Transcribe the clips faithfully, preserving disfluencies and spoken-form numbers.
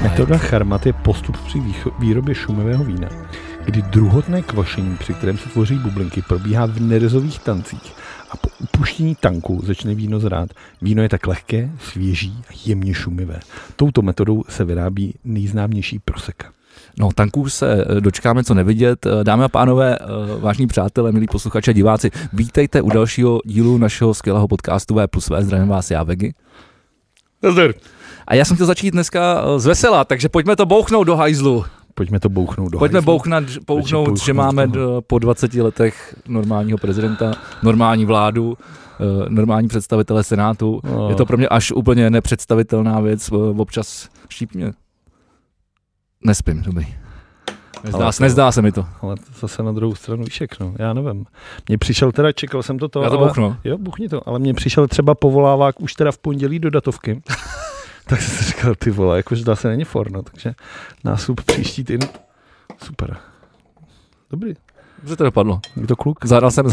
Metoda Charmat je postup při výrobě šumivého vína, kdy druhotné kvašení, při kterém se tvoří bublinky, probíhá v nerezových tancích a po upuštění tanku začne víno zrát. Víno je tak lehké, svěží a jemně šumivé. Touto metodou se vyrábí nejznámější proseka. No, tanků se dočkáme co nevidět. Dámy a pánové, vážní přátelé, milí posluchači a diváci, vítejte u dalšího dílu našeho skvělého podcastu V plus V. Zdravím vás, já Vegy. Nazdar. A já jsem chtěl začít dneska z vesela, takže pojďme to bouchnout do hajzlu. Pojďme to bouchnout do Pojďme hajzlu. bouchnout, bouchnout, bouchnout, že máme do, po dvaceti letech normálního prezidenta, normální vládu, normální představitele Senátu. No. Je to pro mě až úplně nepředstavitelná věc, občas štíp mě. Nespím, dobrý. Nezdá, to, nezdá se mi to. Ale zase na druhou stranu všechno, já nevím. Mně přišel teda, čekal jsem to to. Já to ale, bouchnu. Jo, buchni to, ale mně přišel třeba povolávák už teda v pondělí do datovky. Tak jsem si říkal, ty vole, jakože dá se není forno, takže nástup příští týden. Super. Dobrý. Dobře to dopadlo. Je to kluk? Zahrál jsem,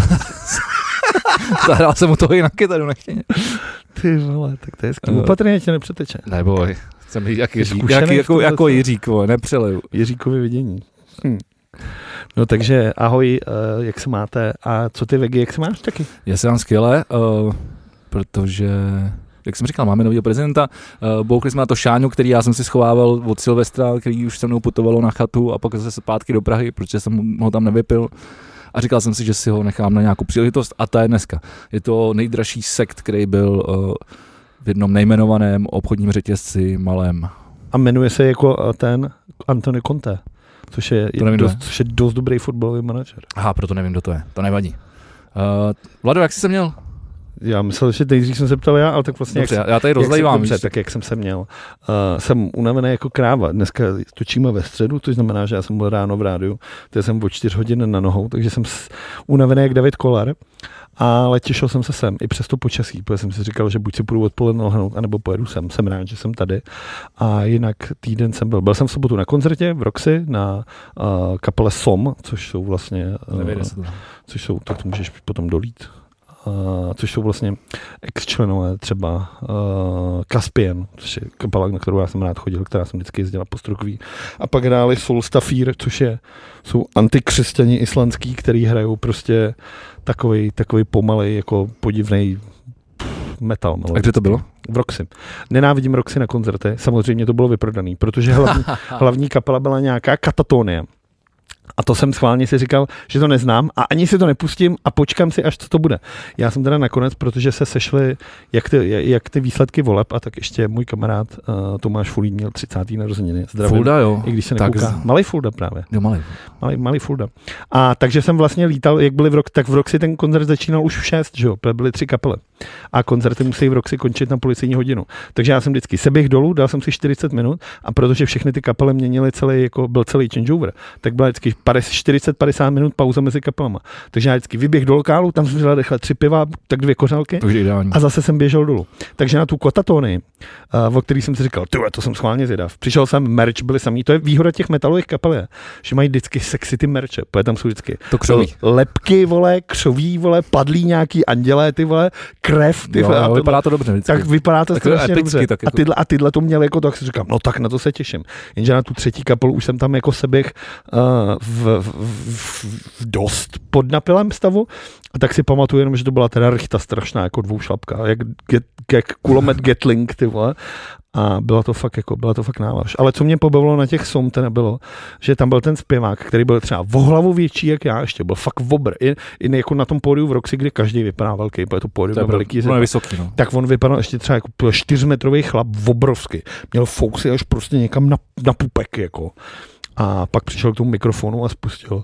zahrál jsem u toho i na kytaru nechtěně. Ty vole, tak to je skvělé. Uh, Opatrně tě nepřeteče. Neboj. Jsem jak, Jiří, jak, jako, jako Jiřík, nepřeleju. Jiříkovi vidění. Hm. No takže ahoj, uh, jak se máte a co ty Vegy, jak se máš taky? Já se mám skvěle, uh, protože, jak jsem říkal, máme nového prezidenta, uh, bouchli jsme na to Šáňu, který já jsem si schovával od Silvestra, který už se mnou putovalo na chatu a pak zase zpátky do Prahy, protože jsem ho tam nevypil. A říkal jsem si, že si ho nechám na nějakou příležitost a ta je dneska. Je to nejdražší sekt, který byl uh, v jednom nejmenovaném obchodním řetězci malém. A jmenuje se jako ten Antonio Conte, což je, nevím, dost, což je dost dobrý fotbalový manažer. Aha, proto nevím, kdo to je. To nevadí. Uh, Vlado, jak jsi se měl? Já myslel, že nejdřív jsem se ptal já, ale tak vlastně... Dobře, jak, já tady rozlejvám. Dobře, tak jak jsem se měl. Uh, jsem unavený jako kráva. Dneska točíme ve středu, což znamená, že já jsem byl ráno v rádiu, takže jsem o čtyři hodiny na nohou, takže jsem unavený jak David Kolar. Ale těšil jsem se sem, i přes to počasí, protože jsem si říkal, že buď si půjdu odpoledne lehnout, anebo pojedu sem. Jsem rád, že jsem tady. A jinak týden jsem byl. Byl jsem v sobotu na koncertě v Roxy na uh, kapele Som, což jsou vlastně... Uh, což jsou, tak to můžeš potom dolít. Uh, což jsou vlastně ex-členové třeba uh, Caspian, což je kapela, na kterou já jsem rád chodil, která jsem vždycky jezdila po Strokový. A pak hráli Solstafir, což je, jsou antikřesťani islandský, který hrajou prostě takový, takový pomalej, jako podivnej metal. A kde to bylo? V Roxy. Nenávidím Roxy na koncerty, samozřejmě to bylo vyprodaný, protože hlavní, hlavní kapela byla nějaká Katatonia. A to jsem schválně si říkal, že to neznám a ani si to nepustím a počkám si, až co to bude. Já jsem teda nakonec, protože se sešly jak ty, jak ty výsledky voleb a tak ještě můj kamarád uh, Tomáš Fulín měl třicáté narozeniny. Zdravím. Fulda, jo. I když se tak nekouká. Z... Malej Fulda právě. Jo, malej. Malej, malej Fulda. A takže jsem vlastně lítal, jak byli v Roxy, tak v Roxy ten koncert začínal už v šest, že jo, byly tři kapely. A koncerty musí v Roxy končit na policejní hodinu. Takže já jsem vždycky seběh dolů, dal jsem si čtyřicet minut a protože všechny ty kapely měnily celý, jako byl celý changeover, tak byla vždycky čtyřicet padesát minut pauza mezi kapelama. Takže já vždycky vyběh do lokálu, tam jsem si dal rychle tři piva, tak dvě kořálky a zase jsem běžel dolů. Takže na tu Katatonii, uh, o který jsem si říkal, tyhle, to jsem schválně zvědav. Přišel jsem, merch byli samý, to je výhoda těch metalových kapel, je, že mají vždycky sexy ty merče, protože tam jsou vždycky to křoví. Lepky, vole, křoví, vole, padlí nějaký andělé, ty vole, krev, ty vole. Jo, vypadá to dobře vždycky. Tak vypadá to strašně epicky, dobře. tak jako... a, tyhle, a tyhle to měl jako, tak si říkám, no tak na to se těším. Jenže na tu třetí kapelu už jsem tam jako seběh uh, v, v, v, v dost podnapilém stavu a tak si pamatuju jenom, že to byla teda rychta strašná, jako dvoušlapka, jak, get, jak kulomet Gatling, ty vole. A byla to fakt jako, byla to fakt nálaž. Ale co mě pobavilo na těch Som, to nebylo, že tam byl ten zpěvák, který byl třeba o hlavu větší jak já ještě, byl fakt obr. I, i jako na tom pódiu v Roxy, kde každý vypadá velký, protože to pódium byl veliký. No, vysoký, no. Tak on vypadal ještě třeba jako čtyřmetrový chlap, obrovský. Měl fousy až prostě někam na, na pupek, jako. A pak přišel k tomu mikrofonu a spustil.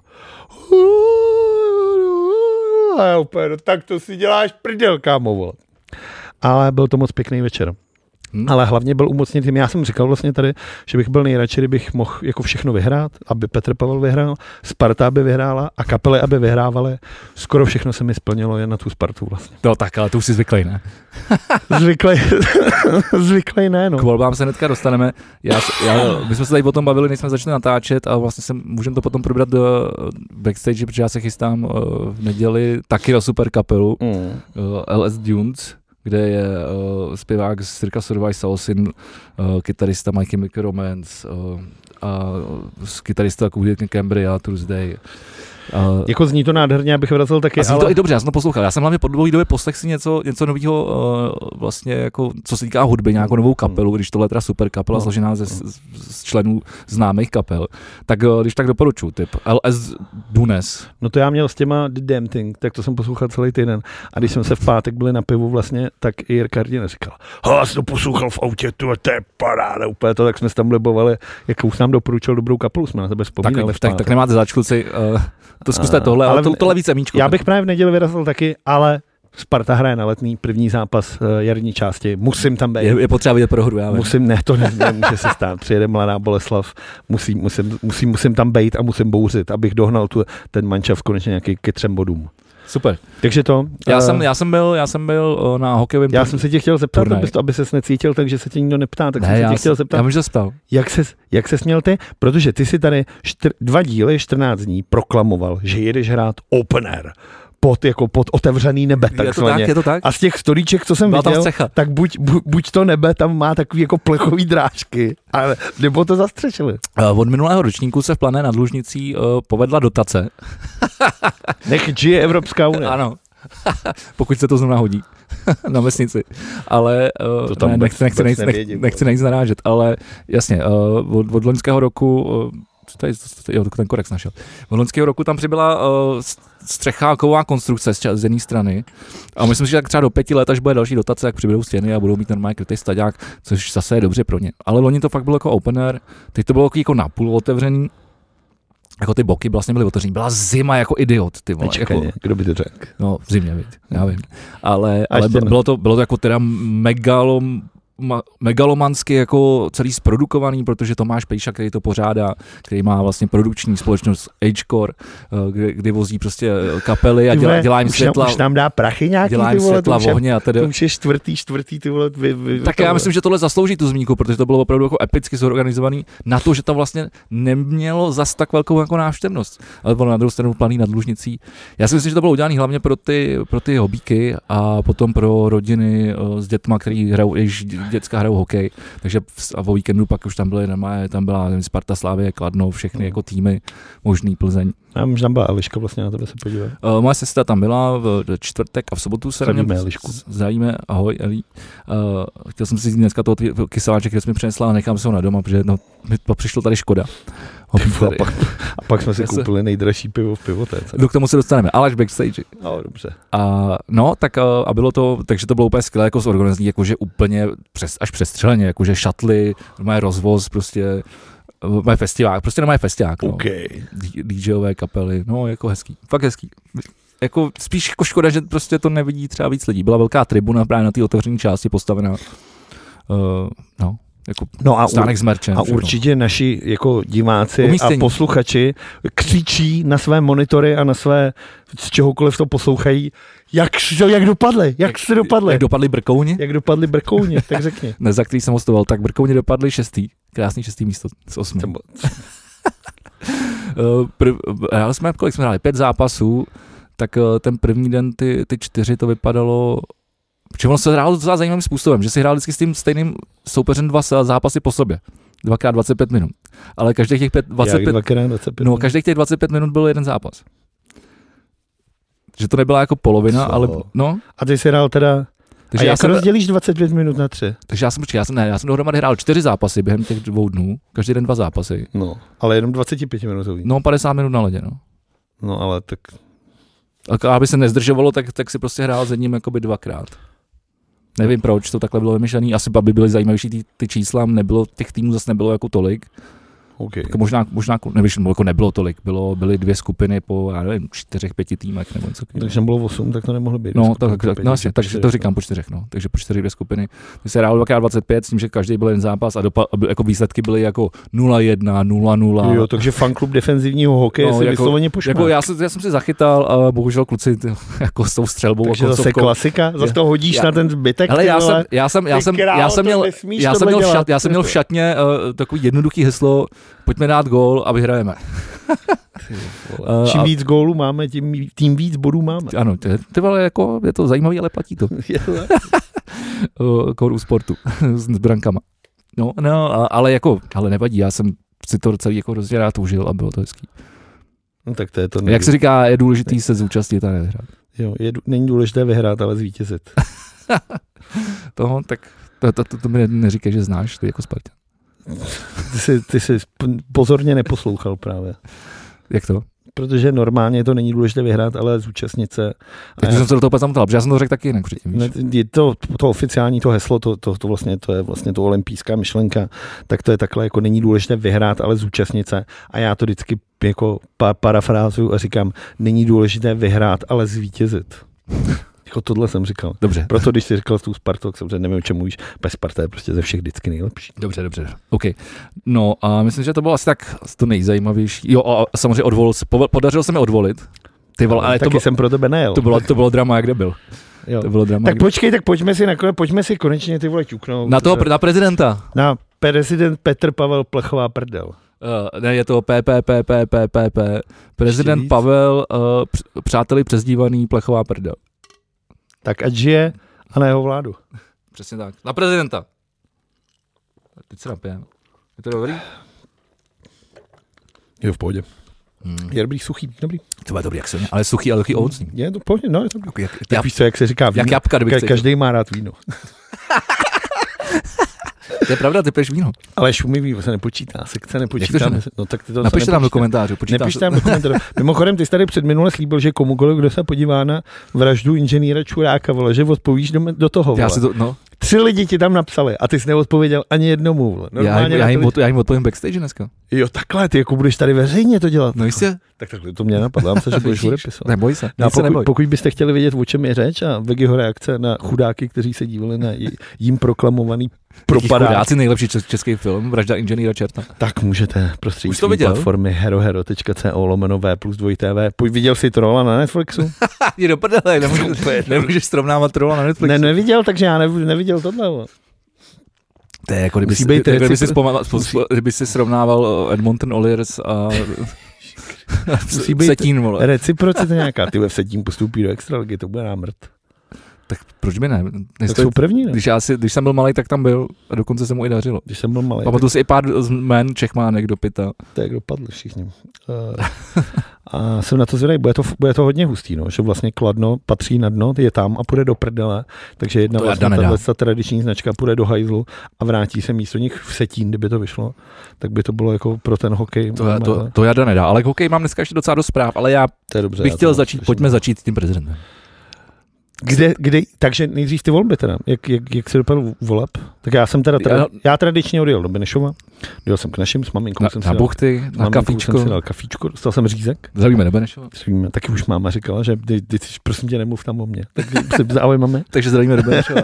A já úplně, no, tak to si děláš prdel, kámo, vole. Ale byl to moc pěkný večer. Hmm. Ale hlavně byl umocněn tím. Já jsem říkal vlastně tady, že bych byl nejradši, kdybych mohl jako všechno vyhrát, aby Petr Pavel vyhrál, Sparta aby vyhrála a kapely aby vyhrávaly. Skoro všechno se mi splnilo jen na tu Spartu vlastně. No tak, ale to už jsi zvyklý, ne? Zvyklý, zvyklý ne, no. K volbám se hnedka dostaneme. Já, já, my jsme se tady o tom bavili, než jsme začali natáčet a vlastně můžeme to potom probrat do backstage, protože já se chystám v neděli taky na super kapelu mm. L S Dunes, kde je uh, zpěvák z Circa Survive Sausin, uh, kytarista My Chemical Romance uh, a kytarista Cambria, Tuesday. Uh, jako zní to nádherně, abych vracel taky, a zní ale... to i dobře, já jsem to poslouchal. Já jsem hlavně po dlouhé době poslech si něco, něco nového, uh, vlastně jako, co se týká hudby, nějakou novou kapelu, když tohle je teda super kapela, no, složená ze, z, z členů známých kapel, tak uh, když tak doporučuji, typ L S Dunes. No to já měl s těma The Damn Thing, tak to jsem poslouchal celý týden. A když jsme se v pátek byli na pivu vlastně, tak i Jirka Hrdina říkal, hele, jsi to poslouchal v autě, tu, to je paráda, úplně to, tak jsme se tam libovali, jak už nám doporučil dobrou kapelu, jsme na tebe vzpomínali. Tak, tak, tak nemáte začkluci, uh, to zkuste tohle, ale, ale to, tohle více míčko. Já bych právě v neděli vyrazil taky, ale Sparta hraje na Letný, první zápas uh, jarní části, musím tam být. Je, je potřeba vidět prohru, já vím. Musím, ne, to ne, nemůže se stát, přijede Mladá Boleslav, musím, musím, musím, musím tam být a musím bouřit, abych dohnal tu, ten mančav konečně nějaký ke třem bodům. Super. Takže to. Já, uh, jsem, já, jsem byl, já jsem byl uh, na hokejovém Já jsem se tě chtěl zeptat, aby, to, aby ses necítil, takže se tě nikdo neptá, tak ne, jsem se já tě chtěl jsem, zeptat. Já můžu zeptat. Jak ses, jak ses měl ty? Protože ty si tady čtyř, dva díly, čtrnáct dní proklamoval, že jedeš hrát open air. Pod, jako pod otevřený nebe, takzvaně. Je to tak, je to tak? A z těch storíček, co jsem Byla viděl, tak buď, bu, buď to nebe tam má takový jako plechový drážky, ale, nebo to zastřešili. Uh, od minulého ročníku se v Plané nad Lužnicí uh, povedla dotace. Nech žije Evropská unie. Ano. Pokud se to znovu nahodí na vesnici. Ale uh, to ne, nechci, nechci, nechci, nechci, nechci nejít zarážet, ale jasně, uh, od, od loňského roku uh, Tady, jo, ten korex našel. Od loňského roku tam přibyla uh, střecháková konstrukce z, z jedné strany a myslím si, že tak třeba do pěti let, až bude další dotace, jak přibydou stěny a budou mít normálně krytý staďák, což zase je dobře pro ně. Ale loni to fakt bylo jako open air, teď to bylo jako napůl otevřený, jako ty boky vlastně byly otevřený. Byla zima jako idiot, ty vole. Nečekaně, jako, kdo by to řekl? No, v zimě, víc, já vím. Ale, ale bylo, to, bylo to jako teda megalom, Ma, megalomansky jako celý zprodukovaný, protože Tomáš Pejša, který to pořádá, který má vlastně produkční společnost H-Core, kdy, kdy vozí prostě kapely a dělá, dělá jim světla. Už nám dá prachy nějaký, dělá jim světla v ohně a tedy. To už je čtvrtý, čtvrtý, ty vole. Vy, vy, tak já myslím, že tohle zaslouží tu zmínku, protože to bylo opravdu jako epicky zorganizovaný na to, že to vlastně nemělo zas tak velkou jako návštěvnost. Ale bylo na druhou stranu Planý nad Lužnicí. Já si myslím, že to bylo udělané hlavně pro ty, pro ty hobíky a potom pro rodiny s dětma, který hrajou, jež děcka hrajou hokej, takže a o víkendu pak už tam byly, tam byla nevím, Sparta, Slávie, Kladno, všechny jako týmy, možný Plzeň. A možná byla Eliška vlastně na tebe se podívat. Uh, moje sestra tam byla v čtvrtek a v sobotu se Zdravíme Elišku. Zdravíme, ahoj Eli. Uh, chtěl jsem si dneska toho kyseláče, který jsi mi přinesla a nechám se ho na doma, protože no, mi to přišlo tady škoda. A pak, a pak jsme si koupili nejdražší pivo v pivotéce. Do k tomu se dostaneme, ale až backstage. No, dobře. A, no, tak a bylo to, takže to bylo úplně skvělé jako zorganizované, jakože úplně přes, až přestřeleně, jakože šatly, moje rozvoz, prostě moje festiák, prostě na moje festiák, no. Okay. DJové kapely, no, jako hezký, fakt hezký. Jako spíš jako škoda, že prostě to nevidí třeba víc lidí. Byla velká tribuna právě na té otevřené části postavená. Uh, no. Jako no a, stánek s merčem, a určitě naši jako diváci umístění. A posluchači křičí na své monitory a na své, z čehokoliv to poslouchají, jak, jak dopadli, jak, jak se dopadli. Jak dopadli Brkouni? Jak dopadli Brkouni, tak řekni. Ne, za který jsem hostoval, tak Brkouni dopadli šestý, krásný šestý místo z osmi. Prv, ale jsme, kolik jsme hráli, pět zápasů, tak ten první den ty, ty čtyři to vypadalo. Protože ono se hrálo docela zajímavým způsobem, že si hrál vždycky s tím stejným soupeřem dva zápasy po sobě. Dvakrát dvacet pět minut. Ale každých těch pět, dvacet pět, dvacet pět no, každých těch dvacet pět minut byl jeden zápas. Že to nebyla jako polovina, Co? ale no. A ty jsi hrál teda, takže a jak jsem, rozdělíš dvacet pět minut na tři? Takže já jsem, počkej, já jsem, ne, já jsem dohromady hrál čtyři zápasy během těch dvou dnů, každý den dva zápasy. No, ale jenom dvacet pět minutový. No, padesát minut na ledě, no. No, ale tak. A aby se nezdržovalo, tak, tak si prostě hrál s jedním jakoby dvakrát. Nevím proč to takhle bylo vymyšlený, asi by byly zajímavější ty, ty čísla, nebylo, těch týmů zase nebylo jako tolik. Okay. Jako možná, možná nevíš, jako nebylo tolik, bylo, byly dvě skupiny po, já nevím, čtyřech, pěti týmech nebo něco. Takže tam bylo osm, tak to nemohlo být. No, tak, tak, no jasně, takže to říkám po čtyřech, no. Takže po čtyřech dvě skupiny. My se hrálo dvakrát dvacet pět s tím, že každý byl jeden zápas a dopa, jako výsledky byly jako nula jedna, nula nula. Jo, takže fanklub defenzivního hokeje no, se jako, vysloveně pošmák. Jako já, se, já jsem si zachytal a bohužel kluci ty, jako s tou střelbou. Takže zase klasika, zase to hodíš já, na ten zbytek. Ale já jsem, já jsem, já jsem, já jsem měl, já jsem měl, šat, já jsem měl v šatně uh, takový jednoduchý heslo, pojďme dát gól a vyhrajeme. Čím víc gólů máme, tím, tím víc bodů máme. Ano, ty, ty vole, jako, je to zajímavý, ale platí to. kód u sportu s brankama. No, no, ale jako, ale nevadí, já jsem si to celý jako hrozně rád užil a bylo to hezký. No tak to je to. Jak se říká, je důležitý se zúčastnit a nehrát. Jo, je, není důležité vyhrát, ale zvítězit. Toho, tak to, to, to, to mi neříkej, že znáš, ty jako Spartan. Ty jsi, ty jsi pozorně neposlouchal právě. Jak to? Protože normálně to není důležité vyhrát, ale zúčastnit se. Takže já jsem se do toho pak zamotal, protože já jsem to řekl taky jinak předtím. Ne, je to, to oficiální to heslo, to, to, to, vlastně, to je vlastně to olympijská myšlenka, tak to je takhle, jako není důležité vyhrát, ale zúčastnit se. A já to vždycky jako pa, parafrázuju a říkám, není důležité vyhrát, ale zvítězit. Jako tohle jsem říkal. Dobře. Proto když jsi říkal tu Spartu, tak samozřejmě nevím, o čem mluvíš. Bez Sparta je prostě ze všech vždycky nejlepší. Dobře, dobře. OK. No a myslím, že to bylo asi tak to nejzajímavější. Jo, a samozřejmě odvolil, podařilo se mi odvolit. Ty vole, ale taky to bylo, jsem pro tebe nejel. To bylo, to bylo drama, jak kde byl. Jo. To bylo drama. Tak počkej, tak pojďme si nakonec, pojďme si konečně ty vole ťuknout. Na toho, na prezidenta. Na prezident Petr Pavel Plechová prdel. Uh, ne, je to P P P P P P P. Prezident Pavel, uh, přáteli přezdívaný Plechová prdel. Tak ať žije a na jeho vládu. Přesně tak. Na prezidenta. Teď se napijem. Je to dobrý? Je v pohodě. Hmm. Je dobrý, suchý, dobrý. To je dobrý, jak silně, ale suchý, ale taky ovocný. Je to v pohodě, no je to dobrý. Jak, tak jak, víš co, jak se říká víno. Jak jabka, kdybych Ka- každý má rád víno. To je pravda, ty piješ víno. Ale šumivý se nepočítá, sekce nepočítá. No, tak ty to napište tam do komentářů. Nepište tam do komentářů. Mimochodem, ty jsi tady před minule slíbil, že komukoliv, kdo se podívá na vraždu inženýra Čuráka, vole, že odpovíš do, do toho. Vole. Já si to, no. Tři lidi ti tam napsali a ty jsi neodpověděl ani jednomu. Vole. Já, jim, já, jim od, já jim odpovím backstage dneska. Jo, takhle, ty jako budeš tady veřejně to dělat. No jistě. Tak takhle to mě napadlo, já se, že budeš odepisovat. Neboj se, no, pokud, neboj. Pokud byste chtěli vědět, o čem je řeč a Vegiho reakce na chudáky, kteří se dívali na jím proklamovaný propadák. Chudáci, nejlepší český film, Vražda inženýra Čerta. Tak můžete prostřednictvím platformy herohero tečka co lomeno v plus dva tv. Pojď, viděl jsi Trolla na Netflixu? Je do prdele, nemůžeš, nemůžeš srovnávat Trolla na Netflixu. Ne, neviděl, takže já nev, neviděl tohle. To je jako kdyby, si, jako kdyby, si, spomal, kdyby si srovnával Edmonton Oilers a musí být Setín, reciprocita nějaká. Ty v Setín postoupí do extraligy, to bude námrt. Tak proč by ne? Tak jsou první, ne? Když, já si, když jsem byl malý, tak tam byl a dokonce se mu i dařilo. Když jsem byl malý. Pamatuju tak... si i pár jmen Čechmánek do Pita. To jak dopadli všichni. Uh, a jsem na to zvědavý, bude to, bude to hodně hustý, no, že vlastně Kladno patří na dno, je tam a půjde do prdele, takže jedna vlastně ta tradiční značka půjde do hajzlu a vrátí se místo nich v Setín, kdyby to vyšlo, tak by to bylo jako pro ten hokej. To, já, to, to Jarda nedá, ale k hokej mám dneska ještě docela dost zpráv, ale já to je dobře, bych já chtěl začít, pojďme začít s tím prezidentem. Kde, kde, takže nejdřív ty volby teda, jak, jak, jak se dopadl voleb? Tak já jsem teda, tra, já tradičně odjel do Benešova, dojel jsem k našim, s maminkou na, jsem na si buchty, dal, na kafíčko. jsem si dal kafíčko, dostal jsem řízek. Zdravíme do Benešova. Zdravíme, taky už máma říkala, že ty, ty, ty, prosím tě, nemluv tam o mě. Tak se ahoj mami. Takže zdravíme do Benešova.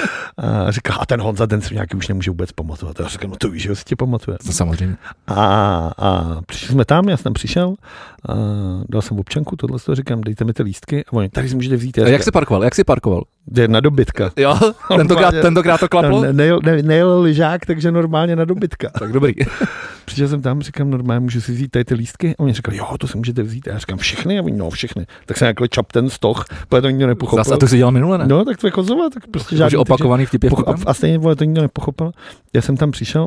A říká, a ten Honza, ten se nějaký už nemůže vůbec pamatovat. A já říkám, no to víš, že ho si tě pamatuje. To samozřejmě. A, a přišli jsme tam, já jsem tam přišel, a dal jsem občanku, tohle to říkám, dejte mi ty lístky a oni, tady si můžete vzít. A jak jsi parkoval, jak jsi parkoval? Jde na dobytka. Jo, tentokrát, tentokrát to klaplo? Ne, nejel, ne, nejel lyžák, takže normálně na dobytka. Tak dobrý. Přišel jsem tam, říkám, normálně můžu si vzít tady ty lístky. A oni říkali, jo, to si můžete vzít. A já říkám, všechny? A oni, no, všechny. Tak jsem jako čap ten stoch, protože to nikdo nepochopil. Zase, a to jsi dělal minule, ne? No, tak to je kozova, tak prostě žádný. Opakovaný vtip je poch- a, a stejně, vole, to nikdo nepochopil. Já jsem tam přišel,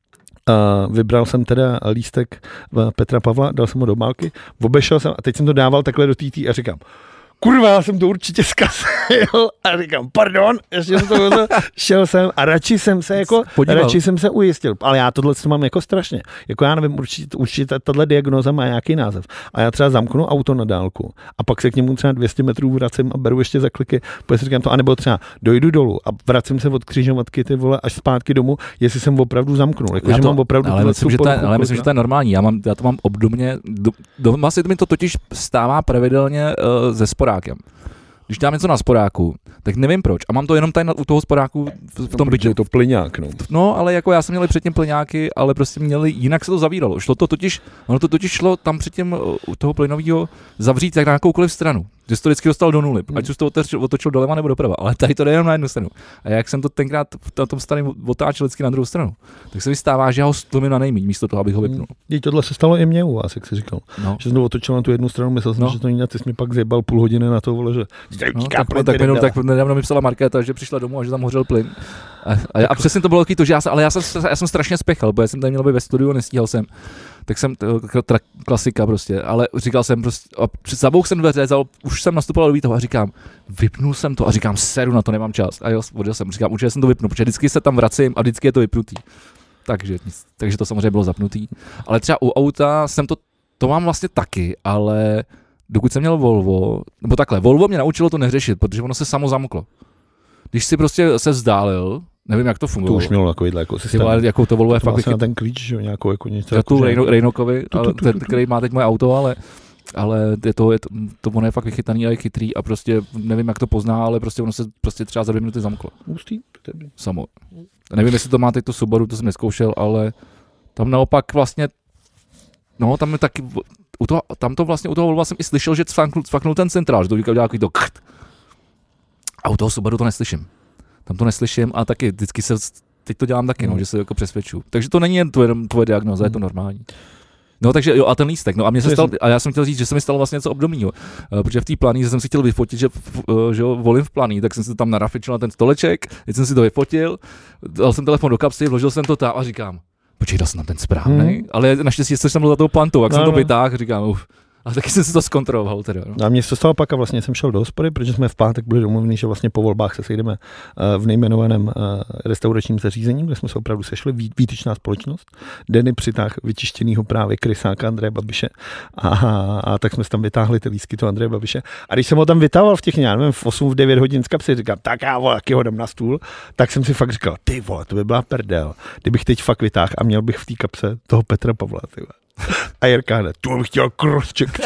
Uh, vybral jsem teda lístek Petra Pavla, dal jsem ho do obálky, obešel jsem a teď jsem to dával takhle do té a říkám, kurva, já jsem to určitě zkazil a říkám, pardon, ještě jsem to šel jsem a radši jsem se jako, Podíval. radši jsem se ujistil, ale já tohle mám jako strašně, jako já nevím, určitě, určitě tato diagnóza má nějaký název a já třeba zamknu auto na dálku a pak se k němu třeba dvě stě metrů vracím a beru ještě za kliky, protože si říkám to, anebo třeba dojdu dolů a vracím se od křižovatky ty vole až zpátky domů, jestli jsem opravdu zamknul, jako, že to, mám opravdu ale myslím, že to je, ale myslím, že to je normální, já, mám, já to mám obdobně, do, doma si mi to totiž stává pravidelně uh, ze sporákem. Když dám něco na sporáku, tak nevím proč. A mám to jenom tady u toho sporáku v, v tom bytě. Je to plyňák, no. No, ale jako já jsem měl předtím plyňáky, ale prostě měli, jinak se to zavíralo. Šlo to totiž, ono to totiž šlo tam předtím u toho plynového zavřít tak na jakoukoliv stranu. Že jsi to vždycky dostal do nuly, ať jsi to otočil, otočil doleva nebo doprava, ale tady to jde jenom na jednu stranu. A jak jsem to tenkrát na tom starém otáčel vždycky na druhou stranu, tak se mi stává, že já ho stlumím na nejmíň, místo toho, abych ho vypnul. Hmm. Tohle se stalo i mně u vás, jak jsi říkal. No. Že jsem to otočil na tu jednu stranu, myslel jsem, no. že to není, ty jsi mi pak zjebal půl hodiny na to, vole, že no, tak, plyn, tak, minul, tak nedávno mi psala Markéta, že přišla domů a že tam hořel plyn. A, a, a přesně to bylo takový to, že já jsem, ale já jsem, já jsem strašně spěchal, bo já jsem tady měl být ve studiu, nestíhal jsem. Tak jsem, tra, klasika prostě, ale říkal jsem prostě, a zabouch jsem dveře, za, už jsem nastupoval do toho a říkám, vypnul jsem to a říkám, seru na to, nemám čas. A jo, odjel jsem, říkám, určitě jsem to vypnul, protože vždycky se tam vracím a vždycky je to vypnutý. Takže, takže to samozřejmě bylo zapnutý. Ale třeba u auta jsem to, to mám vlastně taky, ale dokud jsem měl Volvo, nebo takhle, Volvo mě naučilo to neřešit, protože ono se samo zamklo. Když si prostě se vzdálil, nevím, jak to fungovalo. To už mělo takovýhle jako systém. Ty, jako to Volvo je fakt vlastně na ten klíč, že nějakou jako něco. Jako Rejnokovi, který má teď moje auto, ale, ale je to, je to, to ono je fakt vychytaný a je chytrý a prostě nevím, jak to pozná, ale prostě ono se prostě třeba za dvě minuty zamklo. Hustý, samo. Nevím, jestli to má teď to Subaru, to jsem neskoušel, ale tam naopak vlastně, no tam je taky, u toho, tam to vlastně u toho Volva jsem i slyšel, že cvaknul ten centrál, že to dělá takový to kcht. A u toho Subaru to neslyším. Tam to neslyším a taky vždycky se, teď to dělám taky, mm. no, že se jako přesvědčuju. Takže to není jen tvoje, tvoje diagnoza, mm. je to normální. No takže jo, a ten lístek, no a mě se stal, a já jsem chtěl říct, že se mi stalo vlastně něco obdobného, protože v té planí jsem si chtěl vyfotit, že, že jo, volím v planí, tak jsem si tam narafičil na ten stoleček, teď jsem si to vyfotil, dal jsem telefon do kapsy, vložil jsem to tam a říkám, počkej, dal jsem na ten správný, hmm. ale naštěstí jsem byl za tou plantou, jak no, jsem to vytáhl, říkám, uf. A taky jsem si to zkontroloval teda. No. A mně se stalo pak a vlastně jsem šel do hospody, protože jsme v pátek byli domluveni, že vlastně po volbách se sejdeme v nejmenovaném restauračním zařízení, kde jsme se opravdu sešli, výtečná společnost. Denny přitáhl vyčištěnýho právě krysáka Andreje Babiše a, a tak jsme tam vytáhli ty lístky toho Andreje Babiše. A když jsem ho tam vytahoval v těch, nevím, v osm, v devět hodin z kapsy, říkal, tak já vole, jak ho dám na stůl, tak jsem si fakt říkal, ty vole, to by byla prdel, kdybych teď fakt vytáhl a měl bych v té kapse toho Petra Pavla, ty vole. A Jirka hned, tu bych chtěl crosscheck.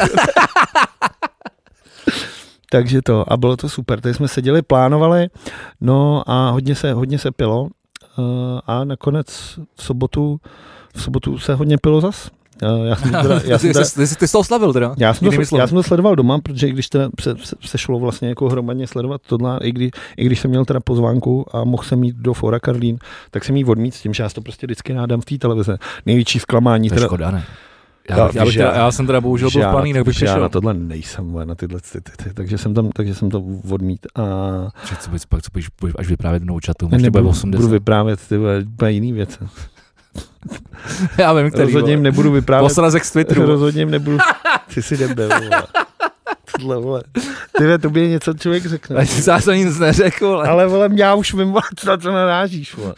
Takže to, a bylo to super. Tady jsme seděli, plánovali, no a hodně se, hodně se pilo a nakonec v sobotu, v sobotu se hodně pilo zas. Já jsem teda, já jsem teda, ty, ty jsi to oslavil teda? Já jsem to, já jsem to sledoval doma, protože když teda se, se, se šlo vlastně jako hromadně sledovat tohle, i, kdy, i když jsem měl teda pozvánku a mohl jsem jít do Fóra Karlín, tak jsem jí odmít s tím, že já to prostě vždycky nádám v té televize. Největší zklamání. To je teda, škoda, ne? Já, já, já, teda, já jsem teda bohužel byl v Planý, nebych přišel. Já na tohle nejsem, na tyhle, ty, ty, ty, takže jsem tam, takže jsem to odmít. A... Co bys pak, co budeš až vyprávět novou čatu, možná bude osmdesát. Budu vyprávět ty bude jiný věci. Já vím, který. Rozhodně jim nebudu vyprávět. Posrazek z Twitteru. Rozhodně jim nebudu. Ty si debil, vole. Tohle, vole. Ty tobě něco člověk řekne. A já jsem nic neřekl. Ale, ale vole, já už vím, na co narážíš, vole.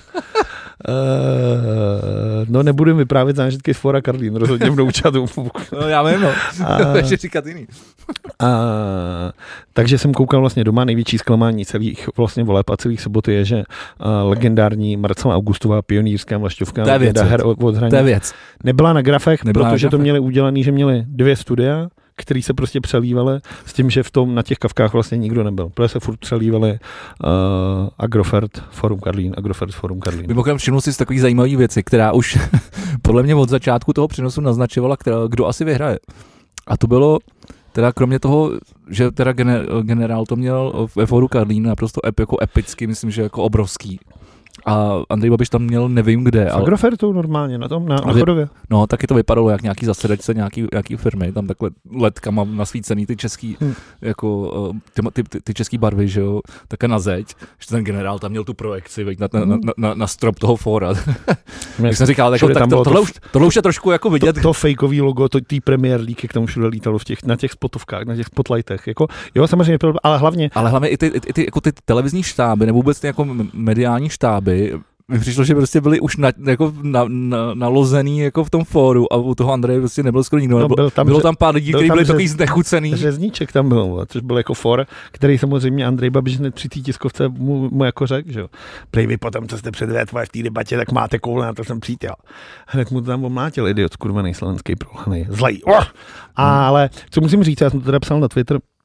Uh, no nebudu vyprávět zážitky z Fóra Karlín, rozhodně v noučatu. No já vím, no. Ještě říkat jiný. Uh, takže jsem koukal vlastně doma, největší zklamání celých vlastně voleb a celých soboty je, že uh, legendární Marcela Augustová pionýrská vlašťovka od Hranic nebyla na grafech, nebyla protože na grafech. To měli udělaný, že měli dvě studia, který se prostě přelívaly s tím, že v tom na těch kavkách vlastně nikdo nebyl. Protože se furt přelívaly uh, Agrofert, Forum Karlín, Agrofert, Forum Karlín. Mimochodem všiml si z takových zajímavých věcí, která už podle mě od začátku toho přenosu naznačovala, která, kdo asi vyhraje. A to bylo teda kromě toho, že teda generál to měl ve Fóru Karlín naprosto ep, jako epicky, myslím, že jako obrovský. A Andrej Babiš tam měl nevím kde. V Agrofertu normálně, na tom, na, na Chodově. No, taky to vypadalo jak nějaký zasedačce nějaký, nějaký firmy, tam takhle ledkama nasvícený ty český, hmm. jako ty, ty, ty, ty český barvy, že jo, také na zeď, že ten generál tam měl tu projekci, veď, na, na, na, na, na strop toho fóra. Jak jsem říkal, jako, tak to, tohle, to, už, tohle už je trošku jako vidět. To, to fejkový logo, to tý Premier League, jak tam všude lítalo v těch, na těch spotovkách, na těch spotlightech, jako, jo, samozřejmě, ale hlavně. Ale hlavně i ty, i ty, jako ty televizní štáby, nebo vůbec ty jako mediální štáby, mi přišlo, že prostě byli už na, jako na, na, nalozený jako v tom fóru a u toho Andreje prostě nebyl skoro nikdo. No, byl tam, bylo tam pár lidí, kteří byli takový znechucený. Řezníček tam byl, což byl jako fór, který samozřejmě Andrej Babiš hned při té tiskovce mu, mu jako řekl, že jo. Prej vy potom, co jste předvedli v té debatě, tak máte koule, na to jsem přítel. Hned mu to tam omlátil idiot, skurvený slovenský prohlaný, zlej. Oh! Ale co musím říct, já jsem to teda psal na Twitter,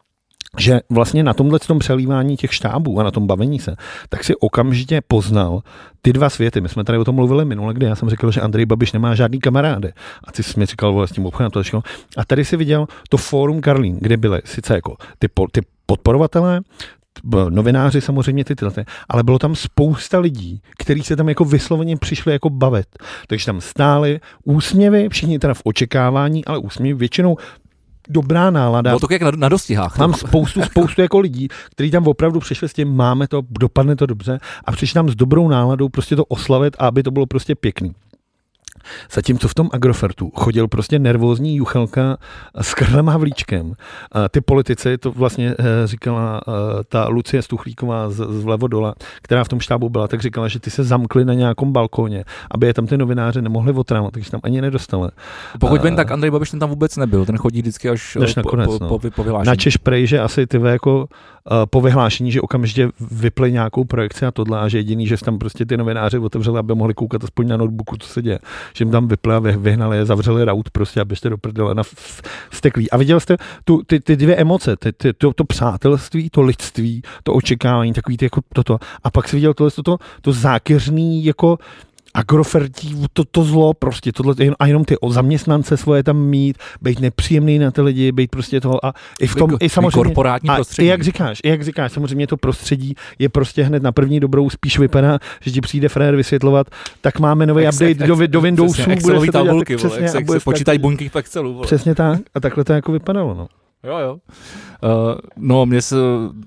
že vlastně na tomhle tom přelívání těch štábů a na tom bavení se, tak si okamžitě poznal ty dva světy. My jsme tady o tom mluvili minule, kdy já jsem říkal, že Andrej Babiš nemá žádný kamarády. A ty jsi mi říkal, vole, s tím obchodem to všechno. A tady si viděl to fórum Karlín, kde byly sice jako ty, ty podporovatelé, novináři samozřejmě ty tyhle, ale bylo tam spousta lidí, kteří se tam jako vysloveně přišli jako bavit. Takže tam stály úsměvy, všichni teda v očekávání, ale úsměvy většinou dobrá nálada. Bylo to jak na, na dostihách. Mám spoustu, spoustu jako lidí, kteří tam opravdu přišli s tím, máme to, dopadne to dobře a přišli tam s dobrou náladou prostě to oslavit a aby to bylo prostě pěkný. Zatímco v tom Agrofertu chodil prostě nervózní Juchelka s Karlem Havlíčkem. Ty politici, to vlastně říkala ta Lucie Stuchlíková z, z Vlevodola, která v tom štábu byla, tak říkala, že ty se zamkli na nějakom balkóně, aby je tam ty novináři nemohli otrávat, takže tam ani nedostali. Pokud vím, tak Andrej Babiš ten tam vůbec nebyl, ten chodí vždycky až po, nakonec, po, no. po, po vyhlášení. Načež prej, že asi ty jako po vyhlášení, že okamžitě vypli nějakou projekci a tohle a že jediný, že tam prostě ty novináři otevřeli, aby mohli koukat aspoň na notebooku, co se děje. Že jim tam vypli a vyhnali je, zavřeli raut prostě, abyste do prdele na steklí. A viděl jste tu, ty, ty dvě emoce, ty, ty, to, to přátelství, to lidství, to očekávání, takový ty jako toto. A pak si viděl tohle, to, to zákeřný jako Agrofertí, to, to zlo, prostě tohle, a jenom ty zaměstnance svoje tam mít, být nepříjemný na ty lidi, být prostě toho a i v tom, Vy, i samozřejmě, korporátní a prostředí. I jak říkáš, i jak říkáš, samozřejmě to prostředí je prostě hned na první dobrou, spíš vypadá, že ti přijde frér vysvětlovat, tak máme nový ex, update ex, do, do Windowsu, přesně, bude se to dělat, tabulky, přesně, vole, jak se počítají buňky v Excelu. Vole. Přesně tak, a takhle to jako vypadalo, no. Jo, jo. Uh, no, mě se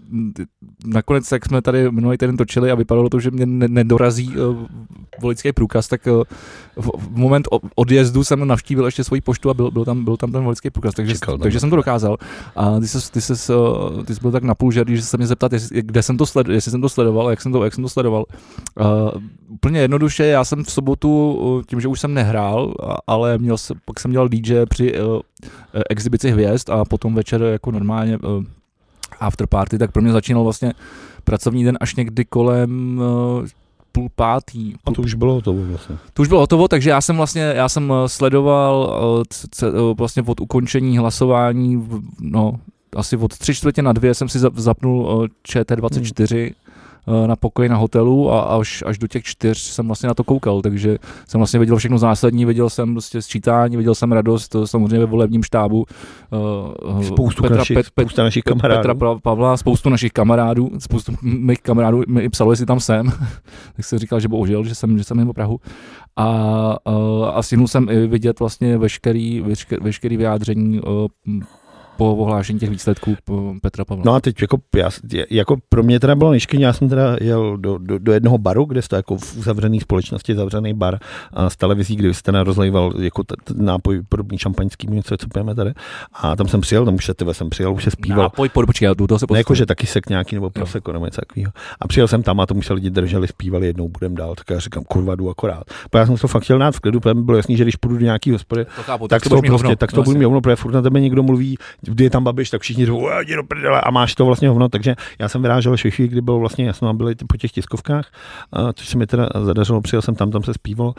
nakonec, jak jsme tady minulý týden točili a vypadalo to, že mě nedorazí uh, voličský průkaz, tak uh, v, v moment odjezdu jsem navštívil ještě svoji poštu a byl, byl, tam, byl tam ten voličský průkaz, takže, Čekal, takže jsem to dokázal. A ty jsi, ty jsi, uh, ty jsi byl tak napůl žerný, že se mě zeptat, jestli, kde jsem to sled, jestli jsem to sledoval, jak jsem to, jak jsem to sledoval. Uh, úplně jednoduše, já jsem v sobotu, uh, tím, že už jsem nehrál, ale měl jsem, pak jsem dělal dý džej při uh, exibici hvězd a potom večer jako normálně uh, afterparty, tak pro mě začínal vlastně pracovní den až někdy kolem uh, půl pátý. Půl... A to už bylo hotovo vlastně. To už bylo hotovo, takže já jsem vlastně, já jsem sledoval uh, c- uh, vlastně od ukončení hlasování, no asi od tři čtvrtě na dvě jsem si zapnul uh, Č T dvacet čtyři hmm. na pokoji na hotelu a až, až do těch čtyř jsem vlastně na to koukal, takže jsem vlastně viděl všechno zásadní, viděl jsem prostě sčítání, viděl jsem radost, samozřejmě ve volebním štábu. Spoustu Petra, našich, Pet, spousta našich kamarádů. Petra Pavla, spoustu našich kamarádů, spoustu mých kamarádů mi i psalo, jestli tam jsem, tak jsem říkal, že bohužel, že jsem, že jsem mimo Prahu. A, a, a stihnul jsem i vidět vlastně veškerý, veškerý, veškerý vyjádření po ohlášení těch výsledků Petra Pavla. No a teď jako, já, jako pro mě teda bylo nejškyně, já jsem teda jel do, do, do jednoho baru, kde jste jako v uzavřené společnosti, zavřený bar a s televizí, kde jste teda rozlejval jako t, t, nápoj podobný šampaňský, něco, co pijeme tady. A tam jsem přijel, tam už se tebe jsem přijel, už se zpíval. Nápoj, počkej, do toho se postavil. Ne, jako, že taky sek nějaký nebo prosecco nebo něco takového. A přijel jsem tam a tomu se lidi drželi, zpívali, jednou budem dál, tak já říkám, kurva, jdu akorát. Protože já jsem to fakt chtěl dát v klidu, protože mi bylo jasný, že když půjdu do nějaký hospody, to chápu, tak, tak to prostě, tak to budu mít hovno, protože furt na tebe někdo mluví, kdy je tam Babiš, tak všichni říkají, jdi do prdele a máš to vlastně hovno, takže já jsem vyrážel až ve chvíli, kdy bylo vlastně jasno a byli po těch tiskovkách, a což se mi teda zadařilo, přijel jsem tam, tam se zpívalo.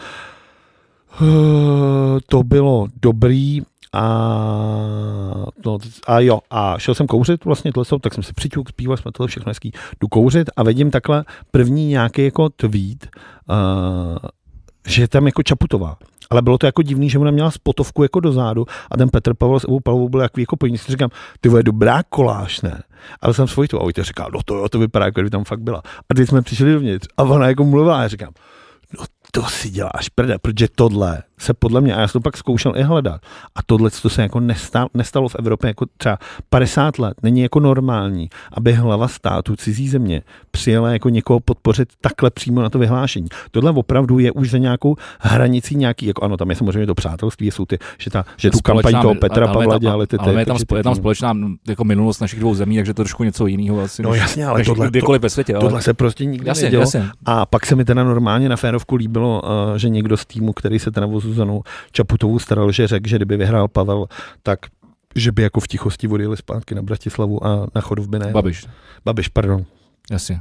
To bylo dobrý a, no, a jo, a šel jsem kouřit vlastně tohle, tak jsem se přiťuk, zpíval jsme tohle všechno hezký, jdu kouřit a vidím takhle první nějaký jako tweet, uh, že je tam jako Čaputová. Ale bylo to jako divný, že ona měla spotovku jako dozadu a ten Petr Pavel s Evou Palovou byl jako, jako pojďný. Si říkám, ty vole, dobrá koláž, ne? Ale jsem svoji tu a Vojta říkal, no to jo, to vypadá, jako kdyby tam fakt byla. A teď jsme přišli dovnitř a ona jako mluvila a já říkám, no to si děláš prde, protože tohle se podle mě, a já jsem to pak zkoušel i hledat, a tohle to se jako nestalo, nestalo v Evropě jako třeba padesát let, není jako normální, aby hlava státu cizí země přijela jako někoho podpořit takhle přímo na to vyhlášení. Tohle opravdu je už za nějakou hranicí nějaký, jako ano, tam je samozřejmě to přátelství, jsou ty, že, ta, že tu kampaň toho Petra Pavla dělali ty. Ale ty, je tam, je tam společná jako minulost našich dvou zemí, takže to trošku něco jiného asi. No jasně, ale tohle, kdekoliv ve světě. Tohle ale... se prostě nikdy jasně, nedělo. Jasně. A pak se mi teda normálně na férovku líbilo, uh, že někdo z týmu, který se teda o Zuzanu Čaputovou staral, že řekl, že kdyby vyhrál Pavel, tak že by jako v tichosti odjeli zpátky na Bratislavu a na Chodov by ne. Babiš. Babiš, pardon. Jasně.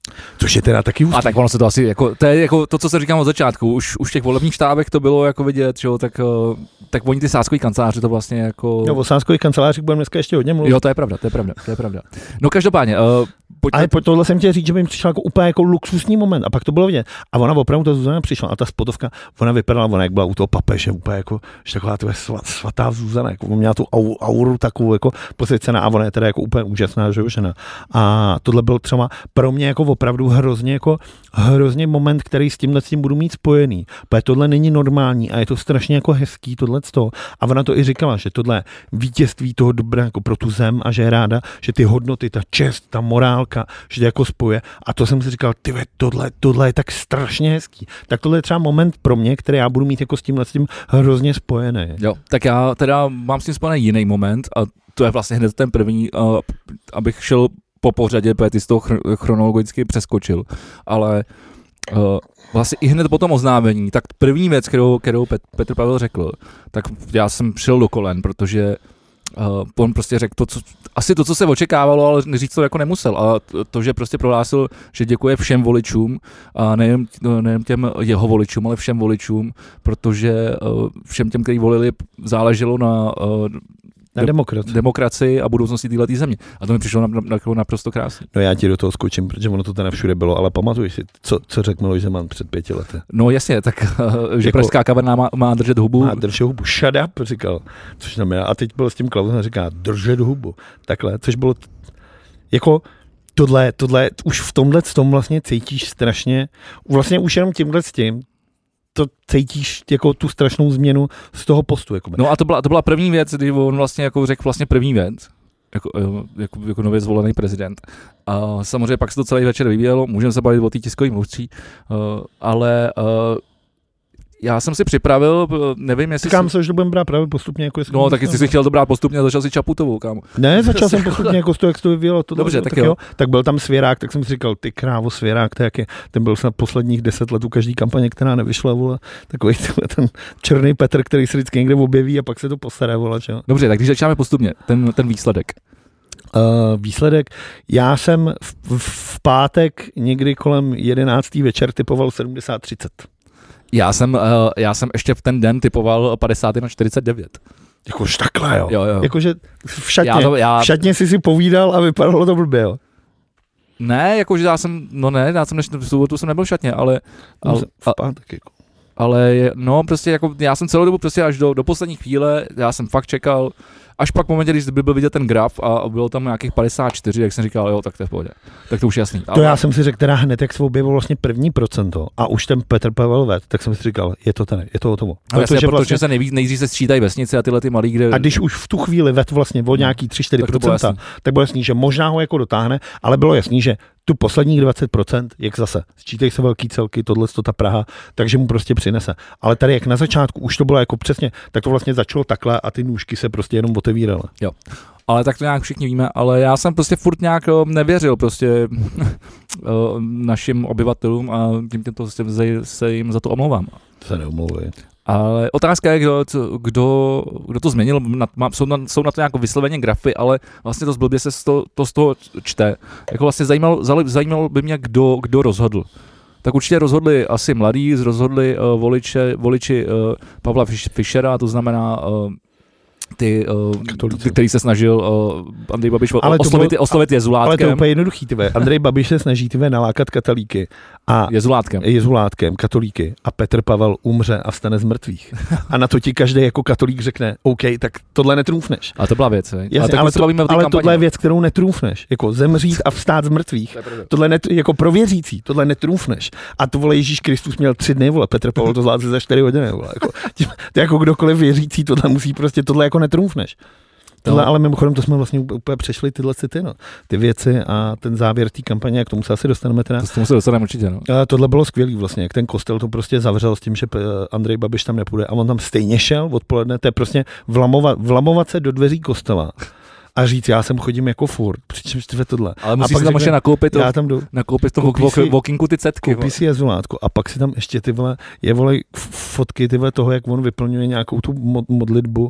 Což je teda taky hustý. A tak ono se to asi, jako, to je jako to, co se říkám od začátku, už, už v těch volebních štábech to bylo jako vidět, že jo, tak, tak oni ty sázkový kanceláře to vlastně jako... No, o sázkových kancelářích budeme dneska ještě hodně mluvit. Jo, to je pravda, to je pravda, to je pravda. No každopádně, uh, pojďme... Ale po tohle jsem chtěl říct, že by jim přišel jako úplně jako luxusní moment a pak to bylo vidět. A ona opravdu ta Zuzana přišla a ta spotovka, ona vypadala, ona jak byla u toho papeže, úplně jako, že taková tvoje svatá Zuzana, jako měla tu auru takovou jako posvěcená a ona je teda jako úplně úžasná, že jo, žena. A tohle byl třeba pro mě jako opravdu hrozně jako hrozně moment, který s tímhle s tím budu mít spojený. Protože tohle není normální a je to strašně jako hezký tohle z toho. A ona to i říkala, že tohle vítězství toho dobra jako pro tu zem a že je ráda, že ty hodnoty, ta čest, ta morálka, že to jako spoje. A to jsem si říkal, ty tohle, tohle je tak strašně hezký. Tak tohle je třeba moment pro mě, který já budu mít jako s tímhle s tím hrozně spojený. Jo, tak já teda mám s tím spojený jiný moment a to je vlastně hned ten první, uh, abych šel po pořadě, protože ty z toho chronologicky přeskočil, ale uh, vlastně i hned po tom oznámení, tak první věc, kterou, kterou Pet, Petr Pavel řekl, tak já jsem šel do kolen, protože uh, on prostě řekl to, co, asi to, co se očekávalo, ale říct to jako nemusel. A to, to že prostě prohlásil, že děkuje všem voličům, a nejen, nejen těm jeho voličům, ale všem voličům, protože uh, všem těm, kteří volili, záleželo na uh, Na demokracii. demokracii a budoucnosti této země. A to mi přišlo naprosto krásně. No já ti do toho skočím, protože ono to tady všude bylo, ale pamatuješ si, co, co řekl Miloš Zeman před pěti lety? No jasně, tak že jako, pražská kaverna má, má držet hubu. Má držet hubu, shut up, říkal. Což znamená, a teď byl s tím Klausem a říká, držet hubu. Takhle, což bylo, t- jako tohle, tohle, už v tomhle s tom vlastně cítíš strašně, vlastně už jenom tímhle s tím, to cítíš jako tu strašnou změnu z toho postu. Jako. No a to byla, to byla první věc, kdy on vlastně jako řekl vlastně první věc, jako, jako, jako nově zvolený prezident. A samozřejmě pak se to celý večer vyvíjelo, můžeme se bavit o té tiskové mluvčí, ale já jsem si připravil, nevím, jestli... Říkám se, že to budeme brát právě postupně. Jako no, tak jestli jsi chtěl to brát postupně, začal si Čaputovou, kámo. Ne, začal jsem postupně jako z toho, jak to vyvíjelo. Tohle, dobře, tak, tak jo. jo. Tak byl tam Svěrák, tak jsem si říkal, ty krávo, Svěrák, to jak je, ten byl snad posledních deset let u každý kampaně, která nevyšla, vole, takový ten černý Petr, který se vždycky někde objeví a pak se to postará, vole, čo? Dobře, tak když začínáme postupně, ten, ten výsledek. Uh, výsledek, já jsem v, v pátek někdy kolem jedenáctý večer typoval sedmdesát třicet. Já jsem, uh, já jsem ještě v ten den typoval padesát na čtyřicet devět. Jakož takhle, jo. jo, jo. Jakože v šatně, já to, já... v šatně jsi si povídal a vypadalo to blbě, jo. Ne, jakože já jsem, no ne, já jsem než, v sobotu jsem nebyl v šatně, ale... ale v pátek, jako. Ale no, prostě jako, já jsem celou dobu prostě až do, do poslední chvíle, já jsem fakt čekal, až pak v momentě, když by byl vidět ten graf a bylo tam nějakých padesát čtyři, jak jsem říkal, jo, tak to je v pohodě. Tak to už je jasný. To ale... já jsem si řekl teda hned, jak se objevil vlastně první procento a už ten Petr Pavel ved, tak jsem si říkal, je to tady, je to o tomu. Ale jasně, protože vlastně... se nejvíc, nejdřív se sčítají vesnice a tyhle ty malý, kde... A když už v tu chvíli ved vlastně o nějaký tři čtyři procenta, tak bylo jasný, že možná ho jako dotáhne, ale bylo jasný, že tu posledních dvacet procent, jak zase, sčítají se velký celky, tohle to ta Praha, takže mu prostě přinese. Ale tady jak na začátku už to bylo jako přesně, tak to vlastně začalo takhle a ty nůžky se prostě jenom otevíraly. Jo. Ale tak to nějak všichni víme, ale já jsem prostě furt nějak nevěřil prostě našim obyvatelům a tím to se jim za to omlouvám. To se neomlouvej. Ale otázka je, kdo, kdo, kdo to změnil, jsou na, jsou na to nějak vysloveně grafy, ale vlastně to zblbě se to, to z toho čte. Jako vlastně zajímalo, zajímalo by mě, kdo, kdo rozhodl. Tak určitě rozhodli asi mladí, rozhodli uh, voliče, voliči uh, Pavla Fischera, to znamená uh, ty, uh, ty, který se snažil uh, Andrej Babiš oslovit, bylo, oslovit Jezulátkem. Ale to je úplně jednoduchý, tyve. Andrej Babiš se snaží tyve nalákat katolíky. A Jezulátkem. Jezulátkem, katolíky. A Petr Pavel umře a vstane z mrtvých. A na to ti každý jako katolík řekne, OK, tak tohle netrůfneš. A to byla věc. Jasně, ale to, ale, ale tohle je věc, kterou netrůfneš. Jako zemřít a vstát z mrtvých. Tohle net, jako pro věřící, tohle netrůfneš. A to vole Ježíš Kristus měl tři dny, vole, Petr Pavel to zvládl za čtyři hodiny. Vole, jako, tím, to jako kdokoliv věřící, tohle musí prostě, tohle jako netrůfneš. Tohle, no. Ale mimochodem to jsme vlastně úplně přešli tyhle city, no. Ty věci a ten závěr té kampaně, k tomu se asi dostaneme teda. To se dostaneme určitě, no. A tohle bylo skvělý vlastně, jak ten kostel to prostě zavřel s tím, že Andrej Babiš tam nepůjde a on tam stejně šel odpoledne, to je prostě vlamovat, vlamovat se do dveří kostela a říct, já sem chodím jako furt, přičemž tve tohle. Ale musíš si tam ještě nakoupit, to, já tam jdu, nakoupit to walkinku ty cetky. Koupí si jezulátko a pak si tam ještě ty vole, je vole fotky ty vole toho, jak on vyplňuje nějakou tu modlitbu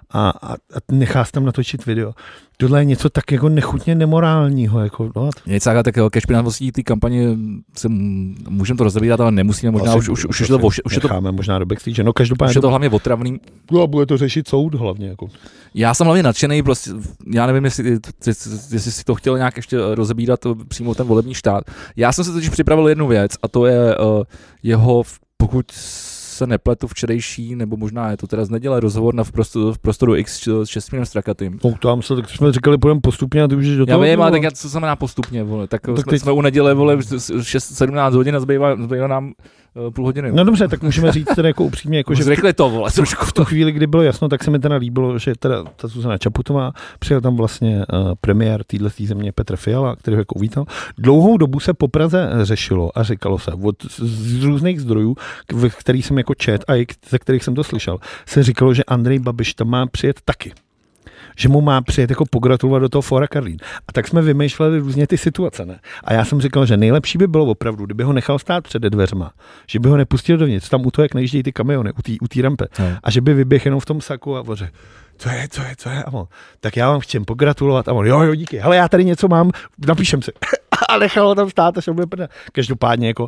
a, a, a nechá se tam natočit video. Tohle je něco tak jako nechutně nemorálního. Jako, no. Něco tak ke špinavostí té kampaně se můžeme to rozebírat, ale nemusíme, možná Asi, už, už, už, je to, už, už je to možná do backstage, no každopádně už je to hlavně otravný. No, bude to řešit soud hlavně. Jako. Já jsem hlavně nadšený, prostě, já nevím, jestli, jestli si to chtěl nějak ještě rozebírat přímo ten volební štát. Já jsem si totiž připravil jednu věc a to je uh, jeho, pokud se nepletu, včerejší, nebo možná je to teda z neděle, rozhovor na v prostoru, v prostoru X s Čestmírem Strakatým. No, tam se, tak jsme říkali, půjdeme postupně a ty už do toho. Já vím, ale tak já, co znamená postupně, vole, tak, no, tak jsme, teď... jsme u neděle, vole, šest sedmnáct hodin a zbývá, zbývá nám uh, půl hodiny. No dobře, tak můžeme říct teda jako upřímně, jako, že v, to, vole, trošku. v tu chvíli, kdy bylo jasno, tak se mi teda líbilo, že teda ta Zuzana Čaputová, přijel tam vlastně uh, premiér téhle země Petr Fiala, který ho jako uvítal. Dlouhou dobu se po Praze řešilo a říkalo se od z různých zdrojů, v kterých jsem jako čet a ze kterých jsem to slyšel, se říkalo, že Andrej Babiš tam má přijet taky. Že mu má přijet jako pogratulovat do toho Fóra Karlín. A tak jsme vymýšleli různě ty situace, ne? A já jsem říkal, že nejlepší by bylo opravdu, kdyby ho nechal stát před dveřma, že by ho nepustil dovnitř, tam u toho, jak najíždějí ty kamiony, u té rampy. No. A že by vyběhl jenom v tom saku a voře. Co je, co je, co je? A on, tak já vám chtěm pogratulovat. A on, jo, jo, díky. Hele, já tady něco mám, napíšem si. A nechal ho tam stát a šel by prdě. Každopádně jako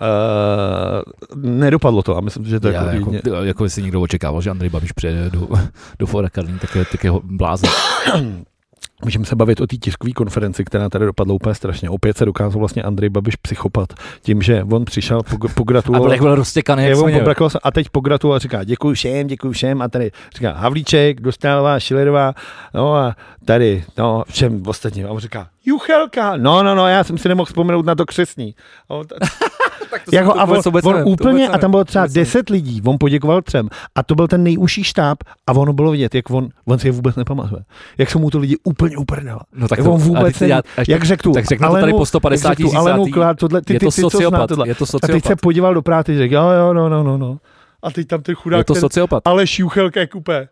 uh, nedopadlo to a myslím, že to já, jako... Jako, jako jestli někdo očekával, že Andrej Babiš přijede do, do Fóra Karlín, tak je, tak je blázen. Můžeme se bavit o té tiskové konferenci, která tady dopadla úplně strašně. Opět se dokázal vlastně Andrej Babiš psychopat tím, že on přišel, pogratuloval. A byl, jak byl roztěkaný, jak on a teď pogratuloval a říká děkuji všem, děkuji všem a tady říká Havlíček, Dostálová, Šilerová, no a tady, no všem ostatním. A on říká Juchelka, no, no, no, já jsem si nemohl vzpomenout na to křestní. A on, jako, a on, on úplně, a tam bylo třeba deset lidí, on poděkoval třem a to byl ten nejužší štáb a ono bylo vidět, jak on, on si je vůbec nepamatuje. Jak jsou mu to lidi úplně uprdela. No tak jak to, on vůbec já, jak řekl tu, tak řeknu to tady po sto padesát tisíc. Je to sociopat, je to sociopat. A teď se podíval do práty, řekl, jo, jo, no, no, no, no. A teď tam ten chudák, je to sociopat. Aleš Juchelka je kupé.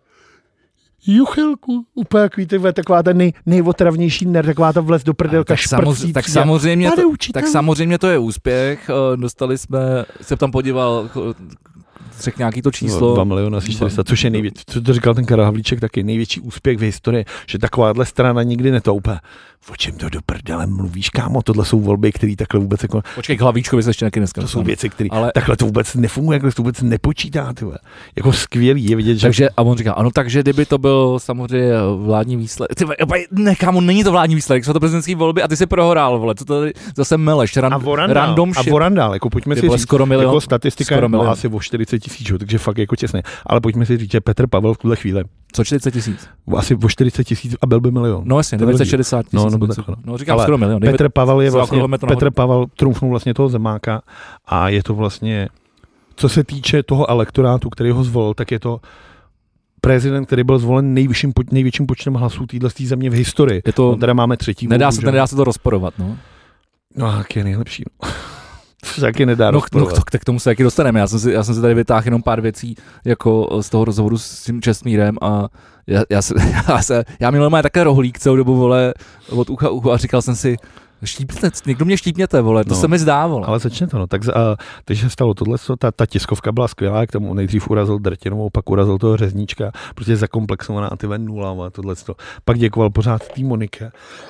Juchelku, úplně takový, ty, taková ta nej, nejotravnější ner, taková ta vlez do prdelka šprcí. Tak samozřejmě, to, tak samozřejmě to je úspěch, dostali jsme, se tam podíval, řekl nějaký to číslo. dva miliony asi čtyři sta, což je největší, co to říkal ten Karel Havlíček, taky největší úspěch v historii, že takováhle strana nikdy netoupe. O čem to do prdele mluvíš, kámo? Tohle jsou volby, které takhle vůbec jako... Počkej, k Hlavíčkovi se ještě taky dneska. To jsou věci, které ale... takhle to vůbec nefunguje, takhle to vůbec nepočítá, tyhle. Jako skvělý je vidět, že... Takže, a on říká, ano, takže kdyby to byl samozřejmě vládní výsledek. Ty, ne, kámo, není to vládní výsledek, jsou to prezidentské volby a ty si prohrál, vole, co to tady zase meleš, ran, a vorandál, random shit. A vorandál, jako pojďme si říct, skoro milion, jako statistika je asi o čtyřicet tisíc, takže fakt jako těsně. Ale pojďme si říct, že Petr Pavel v tuhle chvíli. Co čtyřicet tisíc? Asi o čtyřicet tisíc a byl by milion. No jasně, devět set šedesát tisíc. No, no, no, no, říkám skoro milion. Petr Pavel je vlastně, Petr Pavel trumfnul vlastně toho Zemáka a je to vlastně, co se týče toho elektorátu, který ho zvolil, tak je to prezident, který byl zvolen nejvyšším, největším počtem hlasů téhle země v historii. Je to, no, teda máme třetí. Nedá, volbu, se, nedá se to rozporovat, no. No, jak je nejlepší, no. To se taky nedá no, no, to, tak k tomu se taky dostaneme. Já jsem si, já jsem si tady vytáhl jenom pár věcí jako z toho rozhovoru s tím Čestmírem a já, já, se, já, se, já minule mám také rohlík celou dobu, vole, od ucha uchu a říkal jsem si, štípněte, někdo mě štípněte, vole, to no, se mi zdá, vole. Ale začne to, no, tak a, takže se stalo tohle, ta, ta tiskovka byla skvělá, k tomu nejdřív urazil Drtinovou, pak urazil toho Řezníčka, protože zakomplexovaná a ty ven nula, tohle to. Pak děkoval pořád tý Monike.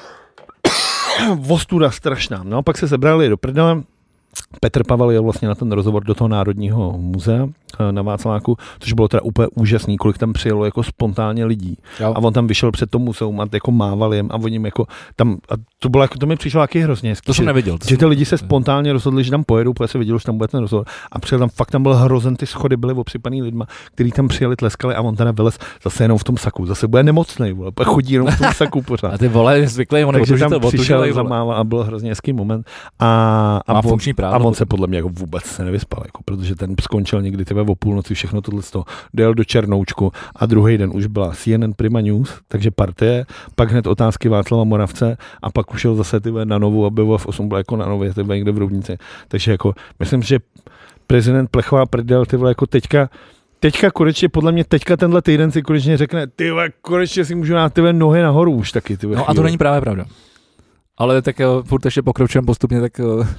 Vostuda strašná, no, pak se sebrali do prdele. Petr Pavel je vlastně na ten rozhovor do toho Národního muzea na Václaváku, což bylo teda úplně úžasný, kolik tam přijelo jako spontánně lidí. Jo. A on tam vyšel před to muzeum a jako mával jim a oni jako tam, a to bylo jako, to mi přišlo taky hrozně hezký. To jsem neviděl. To že ty lidi se spontánně rozhodli, že tam pojedou, protože se vidělo, že tam bude ten rozhovor. A přijel tam, fakt tam byl hrozen, ty schody byly obsypaný lidma, kteří tam přijeli, tleskali a on teda vylez zase jenom v tom saku. Zase bude nemocnej, vole, chodí jenom v tom saku pořád. A ty vole, zvyklý, on takže tam přišel, zamával a byl hrozně hezký moment. A, a, on, a on se podle mě jako vůbec se nevyspal, jako, protože ten skončil někdy tebe o půlnoci, všechno tohle z toho, dojel do Černoučku a druhý den už byla C N N Prima News, takže partie, pak hned otázky Václava Moravce a pak už šel zase tyhle na Novu, aby v osm bylo jako na Nově, tyhle někde v Roudnici. Takže jako, myslím, že prezident Plechová prdel, tyhle jako teďka, teďka konečně, podle mě teďka tenhle týden si konečně řekne, tyhle, konečně si můžu dát tyhle nohy nahoru už taky. Tyhle no chvíli. A to není právě pravda. Ale tak furt ještě pokročujeme postupně, tak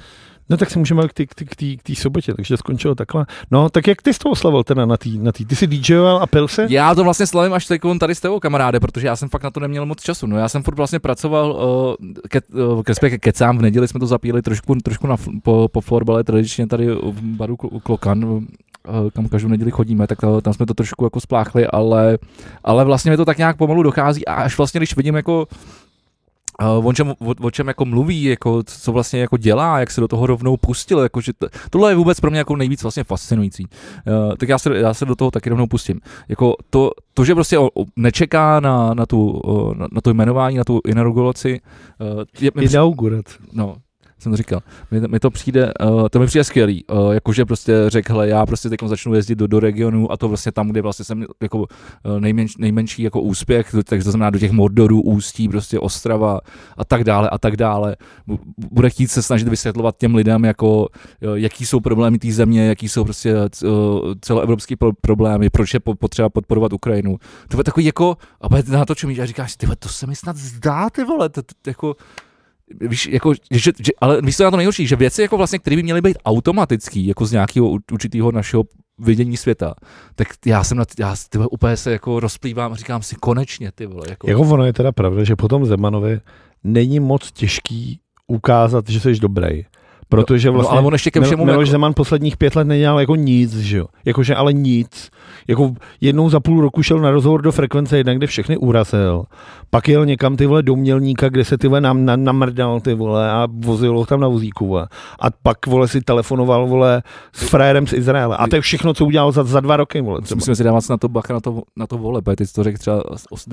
No tak se můžeme k té k k k sobotě, takže skončilo takhle. No tak jak ty jsi to oslavil teda na té? Na tý? Ty jsi DJoval a pil se? Já to vlastně slavím až tady s tebou, kamaráde, protože já jsem fakt na to neměl moc času. No já jsem furt vlastně pracoval, uh, ke, uh, ke kecám, v neděli jsme to zapíli trošku, trošku na, po, po florbale, tradičně tady v baru Klokan, uh, kam každou neděli chodíme, tak tam jsme to trošku jako spláchli, ale, ale vlastně mi to tak nějak pomalu dochází a až vlastně, když vidím jako Uh, o, čem, o, o čem jako mluví, jako, co vlastně jako dělá, jak se do toho rovnou pustil, jako, že to, tohle je vůbec pro mě jako nejvíc vlastně fascinující. Uh, tak já se, já se do toho taky rovnou pustím. Jako to, to že prostě o, o, nečeká na, na, tu, o, na, na to jmenování, na tu inauguraci. Uh, je, Inauguraci. No, jsem to říkal. Mi, mi to přijde, uh, to mi přijde skvělý, uh, jakože prostě řekl, hele, já prostě teď začnu jezdit do, do regionu a to vlastně tam, kde vlastně jsem jako uh, nejmenš, nejmenší jako úspěch, takže to znamená do těch Mordorů, Ústí, prostě Ostrava a tak dále a tak dále. Bude chtít se snažit vysvětlovat těm lidem, jako uh, jaký jsou problémy té země, jaký jsou prostě uh, celoevropský pro, problémy, proč je potřeba podporovat Ukrajinu. To je takový jako, a na to čumíš a říkáš, ty to se mi snad zdá, ty vole, to, to, to jako víš, jako, že, že, ale víš, to na to nejhorší, že věci, jako vlastně, které by měly být automatický, jako z nějakého určitého našeho vidění světa, tak já jsem na t- já tyhle, úplně se jako rozplývám a říkám si konečně, ty vole. Jako. jako ono je teda pravda, že potom Zemanovi není moc těžký ukázat, že jsi dobrý. Protože vlastně no, ale on ještě ke všemu Miloš jako... Zeman posledních pět let nedělal jako nic, že jo. Jakože ale nic. Jako jednou za půl roku šel na rozhovor do Frekvence jedna, kde všechny urazil. Pak jel někam ty vole do Mělníka, kde se ty vole nam, nam, namrdal ty vole a vozilo tam na vozíku. Vole. A pak vole si telefonoval vole s frérem z Izraele. A to je všechno, co udělal za, za dva roky. Vole, musíme si dávat na to bacha na to, na to vole, ty jsi to řekl třeba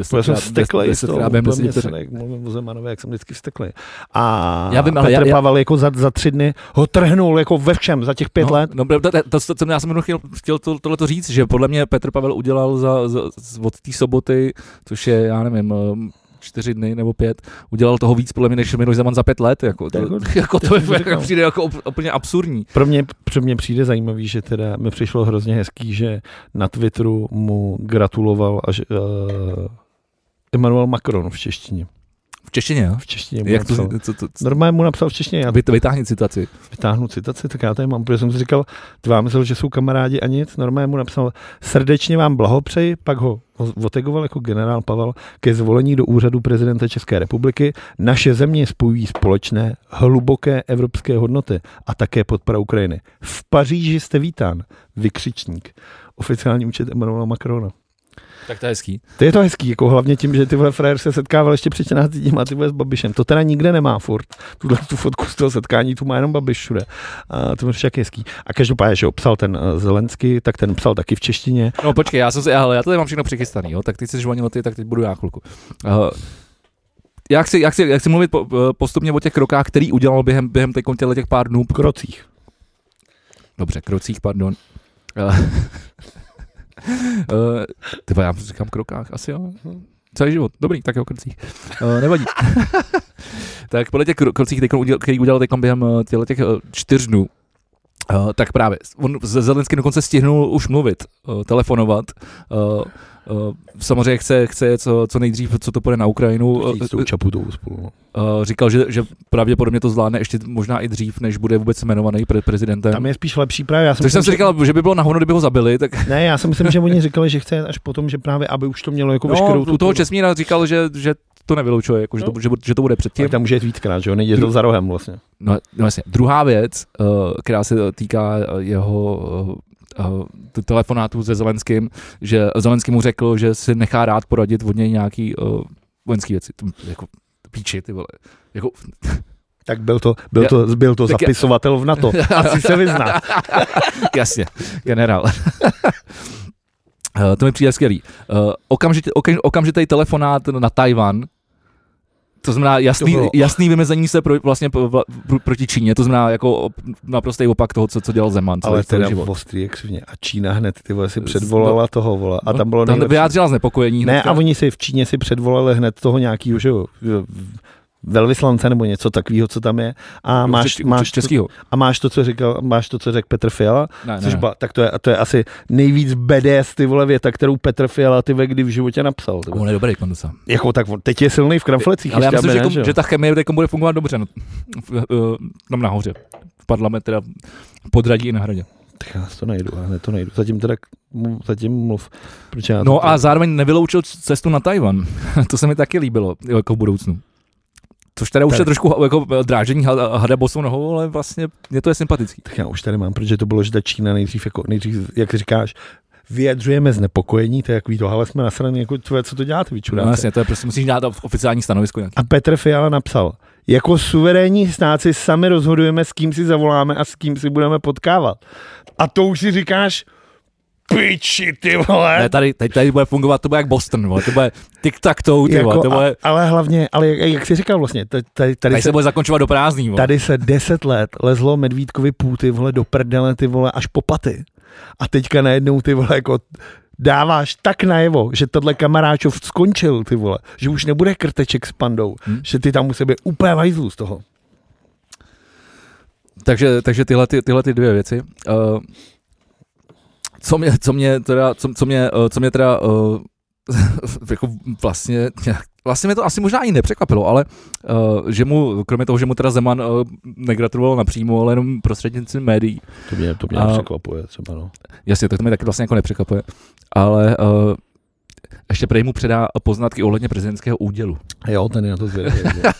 desetkrát během deseti let. Mluvím o Zemanovi, jak jsem vždycky vzteklý. A já vím, Petr já, já... Pavel jako za, za tři dny ho trhnul jako ve všem za těch pět no, let. No, to, to, to, to, já jsem chtěl, chtěl to, tohleto říct, že podle mě Petr Pavel udělal za, za, od té soboty, což je, já nevím, čtyři dny nebo pět, udělal toho víc podle mě, než Miloš Zeman za pět let. Jako, to, jako, jako to je, jako přijde jako úplně absurdní. Pro mě, pro mě přijde zajímavý, že teda mi přišlo hrozně hezký, že na Twitteru mu gratuloval až uh, Emmanuel Macron v češtině. V češtině, jo? V češtině mu Jak napsal. To, to, to, Normálně mu napsal v češtině. Já vytáhni citaci. Vytáhnu citaci, tak já tady mám, protože jsem si říkal, ty vám myslel, že jsou kamarádi a nic. Normálně mu napsal, srdečně vám blahopřeji, pak ho otegoval jako generál Pavel ke zvolení do úřadu prezidenta České republiky. Naše země spojují společné, hluboké evropské hodnoty a také podpora Ukrajiny. V Paříži jste vítán, vykřičník. Oficiální účet Emmanuela Macrona. Tak to je hezký. To je to hezký, jako hlavně tím, že tyhle frajer se setkával ještě před čtrnácti dní a tyhle s Babišem. To teda nikde nemá furt. Tuhle tu fotku z toho setkání tu má jenom Babiš všude. A to je však hezký. A každopádně, že psal ten Zelenský, tak ten psal taky v češtině. No počkej, já jsem si, ale já tady mám všechno přichystaný, jo? Tak ty jsi žvanil ty, tak teď budu já chvilku. Uh, já chci, já chci, já chci mluvit po, postupně o těch krokách, který udělal během, během těch, těch pár dnů. Krocích. Dobře, krocích, pardon. Uh, Uh, tyba, já říkám krokách, asi jo. Celý život, dobrý, tak jo, krocích. Uh, nevadí. Tak podle těch krocích, který udělal teď během těch čtyř dnů, uh, tak právě, on Zelenský dokonce stihnul už mluvit, uh, telefonovat, uh, Uh, samozřejmě chce, chce co, co nejdřív, co to půjde na Ukrajinu. Uh, Čaputovou spolu. Uh, říkal, že, že pravděpodobně to zvládne ještě možná i dřív, než bude vůbec jmenovaný pre- prezidentem. Tam je spíš lepší právě. Já jsem, myslím, jsem si že... říkal, že by bylo na hovno, kdyby ho zabili. Tak... Ne, já si myslím, že oni říkali, že chce až potom, že právě, aby už to mělo jako no, veškerou... u toho Česmíra říkal, že, že to nevylučuje, jako, no. že, to, že, že to bude předtím. Tak tam může jít víckrát, že on nejde Dru... za rohem vlastně. No, no vlastně. Druhá věc, uh, která se týká jeho... Uh, Uh, telefonátu se Zelenským, že Zelenský mu řekl, že si nechá rád poradit od něj nějaký uh, vojenský věci. To, jako píči, ty vole. Jako... Tak byl to, byl to, byl to zapisovatel v NATO. Asi se vyzná. Jasně, generál. uh, to mi přijde skvělý. Uh, okamžitý, okam, okamžitý telefonát na Tajvan. To znamená jasný, to jasný vymezení se pro, vlastně pro, pro, proti Číně, to znamená jako naprostý opak toho, co, co dělal Zeman. Ale teda ostrý je křivně. A Čína hned ty vole si předvolala no, toho vole. A tam bylo tam vyjádřila znepokojení. Ne, a oni si v Číně si předvolali hned toho nějakýho, že jo, velvyslance nebo něco takového, co tam je. A máš, máš, to, a máš to, co říkal, máš to, co řekl Petr Fiala, ne, což ne. Ba, tak to je, to je asi nejvíc badass ty vole věta, kterou Petr Fiala ty ve kdy v životě napsal. A on je dobrý kondusa. Jako tak, teď je silný v kramflecích. Ale já myslím, že, kom, že ta chemie bude fungovat dobře, no, tam nahoře, v parlamentu, teda podradí i na hradě. Tak já to nejdu, já ne to nejdu. Zatím teda, zatím mluv. Já no to a zároveň nevyloučil cestu na Tajvan. To se mi taky líbilo, jako v budoucnu. Což teda už je trošku jako drážení hada bosou nohou, ale vlastně mě to je sympatický. Tak já už tady mám, protože to bylo, že ta Čína nejdřív, jako, nejdřív, jak říkáš, vyjadřujeme znepokojení, to je jak ví to, ale jsme nasraný, jako tvoje, co to děláte, vyčuráte. No jasně, to je prostě, musíš dát oficiální stanovisko. Nějaký. A Petr Fiala napsal, jako suverénní stáci sami rozhodujeme, s kým si zavoláme a s kým si budeme potkávat. A to už si říkáš, piči, ty vole. Ne, tady, tady, tady bude fungovat, to bude jak Boston, vole, to bude tic-tac-toe, ty vole, jako, to bude... a, ale hlavně, ale jak, jak jsi říkal vlastně, tady, tady, tady se, se bude zakončovat do prázdný, vole. Tady se deset let lezlo Medvídkovi půty, vole, do prdele, ty vole, až po paty. A teďka najednou, ty vole, jako dáváš tak najevo, že tohle kamaráčov skončil, ty vole, že už nebude krteček s pandou, hmm. že ty tam musí být úplně vajzlů z toho. Takže, takže tyhle, ty, tyhle ty dvě věci. Uh, co mě, co mě teda, co, co mě, co mě teda uh, jako vlastně, vlastně mě to asi možná i nepřekvapilo, ale uh, že mu, kromě toho, že mu teda Zeman uh, negratuloval napřímo, ale jenom prostřednictvím médií. To mě, to mě uh, nepřekvapuje třeba, no. Jasně, to mě taky vlastně jako nepřekvapuje, ale uh, ještě prej mu předá poznatky ohledně prezidentského údělu. Jo, ten je na to zvědavý.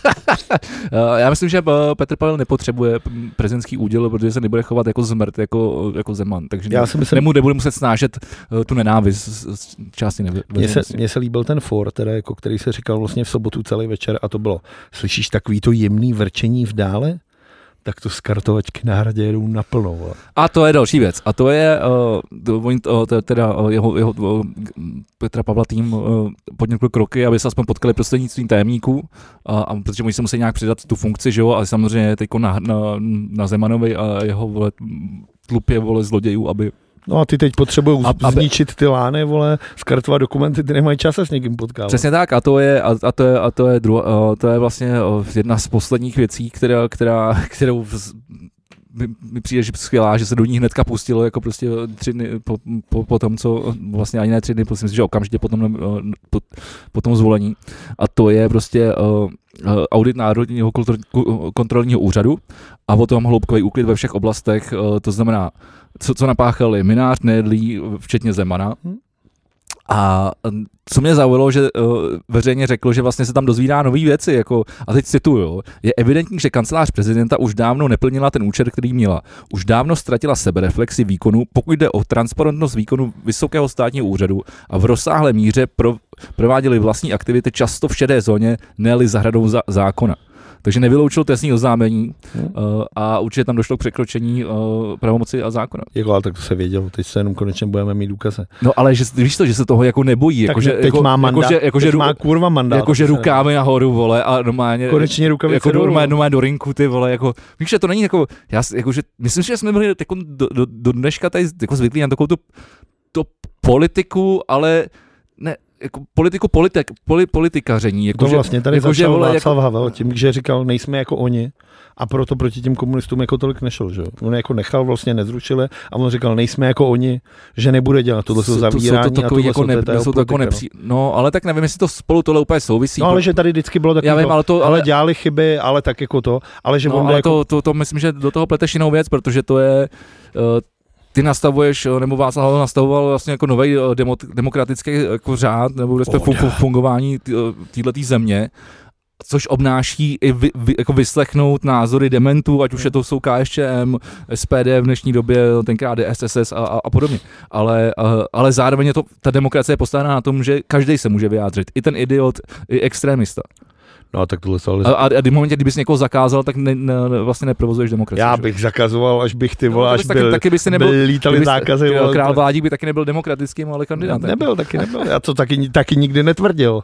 Já myslím, že Petr Pavel nepotřebuje prezidentský úděl, protože se nebude chovat jako zmrt, jako, jako Zeman. Takže Já si myslím, nebude muset snášet tu nenávist z části nevědomosti. Mně se, mně se líbil ten for, teda, jako, který se říkal vlastně v sobotu celý večer a to bylo, slyšíš takový to jemný vrčení v dále? Tak to skartovačky na hradě jedou naplno. A to je další věc. A to je, uh, uh, teda uh, jeho, jeho uh, Petra Pavla tým uh, podnikl kroky, aby se aspoň potkali prostřednictvím tajemníků, uh, a protože oni se musí nějak přidat tu funkci, že jo, ale samozřejmě teď na, na, na Zemanovi a jeho vole, tlupě vole zlodějů, aby No a ty teď potřebují zničit ty lány, vole, skartovat dokumenty, ty nemají čas se s někým potkávat. Přesně tak a to je, a, a to je, a to je, druha, a to je vlastně jedna z posledních věcí, která, která, kterou mi, mi přijde, že skvělá, že se do ní hnedka pustilo, jako prostě tři dny po, po, po tom, co vlastně ani ne tři dny, myslím si, že okamžitě po tom, po, po tom zvolení. A to je prostě uh, audit Národního kontrolního úřadu a potom hloubkový úklid ve všech oblastech, uh, to znamená, co, co napáchali Mynář, Nejedlý, včetně Zemana. A co mě zaujalo, že uh, veřejně řekl, že vlastně se tam dozvídá nové věci, jako, a teď cituju, je evidentní, že kancelář prezidenta už dávno neplnila ten účel, který měla. Už dávno ztratila sebereflexi výkonu, pokud jde o transparentnost výkonu vysokého státního úřadu a v rozsáhlé míře pro, prováděli vlastní aktivity často v šedé zóně, ne-li za hradou za, zákona. Takže nevyloučil trestní oznámení hmm. uh, a určitě tam došlo k překročení uh, pravomoci a zákona. Jako, ale tak to se vědělo, teď se jenom konečně budeme mít důkazy. No ale že, víš to, že se toho jako nebojí. Tak jako, že, že, teď jako, má mandát, jako, že, jako, teď že, má kurva mandát. Jako, že rukávy nahoru, vole, a normálně. Konečně rukavice jako dolů. Normálně, normálně do rinku, ty vole, jako, víš, že to není jako, já, jako že, myslím, že jsme byli jako do, do, do dneška tady jako zvyklí na takovou tu, tu politiku, ale ne, jako politiku politik, poli, politikaření. Jako to že, vlastně tady jako, začal že, Václav jako, Havel tím, že říkal, nejsme jako oni a proto proti těm komunistům jako tolik nešel, že jo. On jako nechal, vlastně nezrušili a on říkal, nejsme jako oni, že nebude dělat tohle jsou zavírání to, to, to, a tohle jako jsou ne, to, jsou to jako nepří... No, ale tak nevím, jestli to spolu tohle úplně souvisí. No, ale že tady vždycky bylo takový, já vím, ale, to, ale, ale dělali chyby, ale tak jako to, ale že no, on ale jako... to, to, to myslím, že do toho pleteš jinou věc, protože to je... Uh, ty nastavuješ, nebo Václav Havel nastavoval vlastně jako nový demo, demokratický jako řád, nebo respektive oh, fungování této země, což obnáší i vy, vy, jako vyslechnout názory dementů, ať už je to jsou K S Č M, S P D v dnešní době, tenkrát D S S S a, a, a podobně. Ale, a, ale zároveň je to, ta demokracie je postavená na tom, že každý se může vyjádřit. I ten idiot, i extrémista. No, tak tohle ale... A, a v momentě, kdybys někoho zakázal, tak ne, ne, vlastně neprovozuješ demokracii. Já bych zakazoval, až bych ty vole, no, až taky, byl, taky by si nebyl, byl lítali kdyby, zákazy. Král, král Vládík by taky nebyl demokratickým, ale kandidátem. Nebyl, taky nebyl. Já to taky, taky nikdy netvrdil.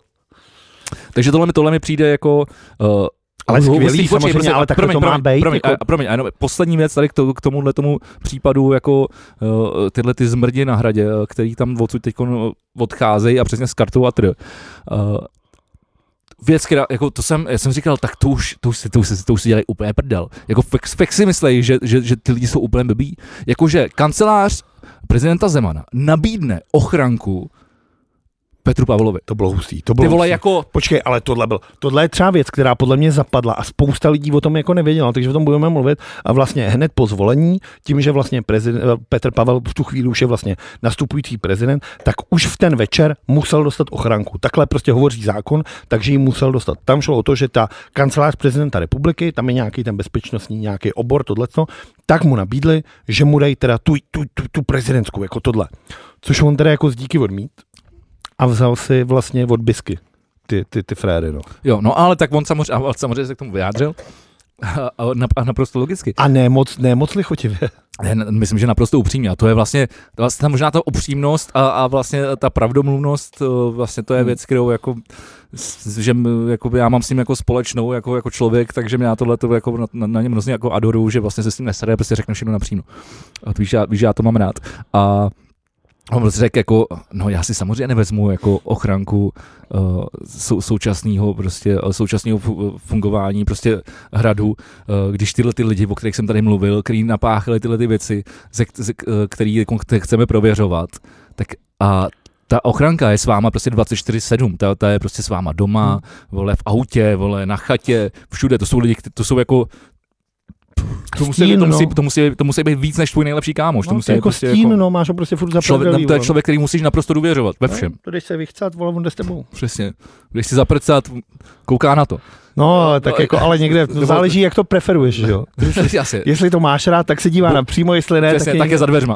Takže tohle mi, tohle mi přijde jako... Uh, ale skvělý, samozřejmě, prostě, ale takhle to má být. Promiň, jako... a, promiň, a jenom poslední věc tady k, to, k tomuhle tomu případu, jako uh, tyhle ty zmrdi na hradě, který tam odsud teď odcházejí a přesně s kartou a tr. Uh, věc, která, jako to jsem, já jsem říkal, tak to už, to už, si, to už, si, to už si dělají úplně prdel. Jako fakt, fakt si myslej, že, že, že ty lidi jsou úplně blbí. Jakože kancelář prezidenta Zemana nabídne ochranku Petru Pavlovi. To bylo hustý. To bylo Ty vole, hustý. jako... Počkej, ale tohle byl, tohle je třeba věc, která podle mě zapadla a spousta lidí o tom jako nevěděla, takže o tom budeme mluvit a vlastně hned po zvolení, tím, že vlastně prezident, Petr Pavel v tu chvíli už je vlastně nastupující prezident, tak už v ten večer musel dostat ochranku. Takhle prostě hovoří zákon, takže ji musel dostat. Tam šlo o to, že ta kancelář prezidenta republiky, tam je nějaký ten bezpečnostní nějaký obor, tohleto, tak mu nabídli, že mu dají teda tu, tu, tu, tu prezidentskou, jako tohle. Což on teda jako z díky odmít. A vzal si vlastně od Bisky ty, ty, ty fréry, no. Jo, no ale tak on samozřejmě, samozřejmě se k tomu vyjádřil a, a naprosto logicky. A ne moc, ne moc lichotivě. Ne, myslím, že naprosto upřímně. A to je vlastně, vlastně možná ta upřímnost a, a vlastně ta pravdomluvnost, vlastně to je věc, kterou jako, že jako já mám s ním jako společnou, jako, jako člověk, takže já tohle jako na, na něm hrozně jako adoruju, že vlastně se s tím nesere, prostě řekne všechno napřímo. A víš, já, víš, že já to mám rád. A on řekl jako, no já si samozřejmě nevezmu jako ochranku uh, sou, současného prostě současného fungování prostě hradu, uh, když tyhle ty lidi, o kterých jsem tady mluvil, který napáchali tyhle ty věci, ze, ze, který jako chceme prověřovat, tak a ta ochranka je s váma prostě dvacet čtyři sedm, ta, ta je prostě s váma doma, hmm. vole v autě, vole na chatě, všude, to jsou lidi, to jsou jako To musí, stín, to, musí, no. to, musí, to musí být víc než tvůj nejlepší kámoš. No, to musí jako prostě stín, jako, no, máš ho prostě furt zapravdavý. To je člověk, který musíš naprosto důvěřovat ve všem. No, to jdeš se vychcat, vole, on jde s tebou. Přesně. Když si zaprcat, kouká na to. No, tak no, jako, ale někde, to záleží, jak to preferuješ, že jo. Jestli, jestli to máš rád, tak se dívá Bo, napřímo, jestli ne, přesně, tak, tak je, je za dveřma.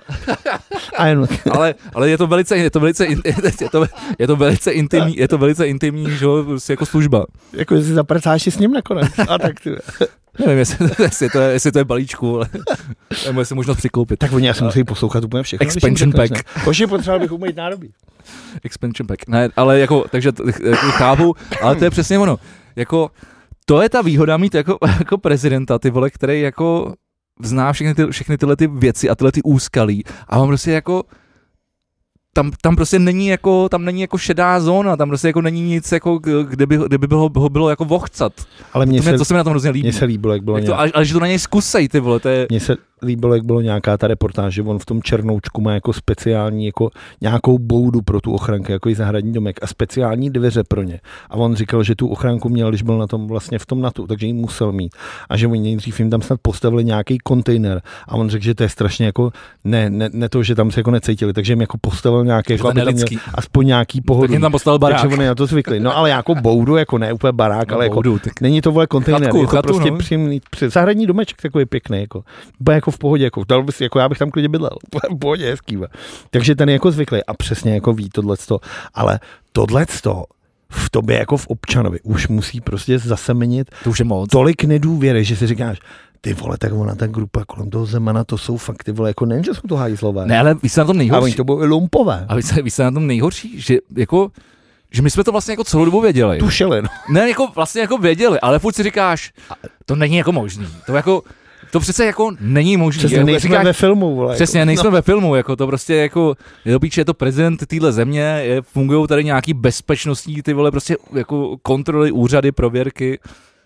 ale, ale je to velice, je to velice, je to, je to velice intimní, je to velice intimní, že jo, prostě jako služba. Jako jestli zapracáš si s ním nakonec. A tak ty. Nevím, jestli, jestli, to je, jestli to je balíčku, ale nebo si možnost přikoupit. Tak oni asi musí poslouchat úplně všechno. Expansion pack. Hoši, potřeboval bych umýt nádobí. Expansion pack. Ne, ale jako, takže to, jako chápu, ale to je přesně ono. Jako, to je ta výhoda mít jako, jako prezidenta, ty vole, který jako zná všechny, ty, všechny tyhle ty věci a tyhle ty úskalí a on prostě jako Tam, tam prostě není jako, tam není jako šedá zóna, tam prostě jako není nic, jako, kde by, kde by bylo, ho bylo jako vochcat. Ale mě to, se, mě, to se mi na tom hrozně líbí. Mně se líbilo, jak bylo jak nějak... to, ale, ale že to na něj zkusej, ty vole, to je... Mně se líbilo, jak bylo nějaká ta reportáž, že on v tom Černoučku má jako speciální, jako nějakou boudu pro tu ochranku, jako i zahradní domek a speciální dveře pro ně. A on říkal, že tu ochranku měl, když byl na tom vlastně v tom natu, takže ji musel mít. A že oni nejdřív jim tam snad postavili nějaký kontejner. A on řekl, že to je strašně jako, ne, ne, ne to, že tam se jako necítili, takže jim jako postavil nějaké, jako, aby tam měl aspoň nějaký pohodlí. Tak jim tam postavil barák. Takže oni na to zvykli. No ale jako boudu, jako ne úplně barák, no, ale jako boudu, není to vole kontejner, chatku, je to chatu, prostě no. příjemný, zahradní domeček takový pěkný, jako. Bude jako v pohodě, jako, dal bys, jako já bych tam klidně bydlel. V pohodě, hezký. Takže ten je jako zvyklý a přesně jako ví tohleto, ale tohleto v tobě jako v občanovi už musí prostě zasemenit to už je moc. Tolik nedůvěry, že si říkáš, ty vole, tak ona ta grupa kolem toho Zemana, to jsou fakt, ty vole, jako nejen, že jsou to hajzlové. Ne, ale víš se na tom nejhorší. A oni to budou i lumpové. A víš se, víš se na tom nejhorší, že jako, že my jsme to vlastně jako celou dobu věděli. Tušili, no. Ne, jako vlastně jako věděli, ale furt si říkáš, to není jako možný. To jako, to přece jako není možný. Přesně, jako, nejsme říkáš, ve filmu, vole. Přesně, jako, nejsme no. ve filmu, jako to prostě jako, je to píče, je to prezident téhle země, je, fungujou tady nějaký bezpečnostní, ty vole, prostě jako kontroly, úřady, prověrky.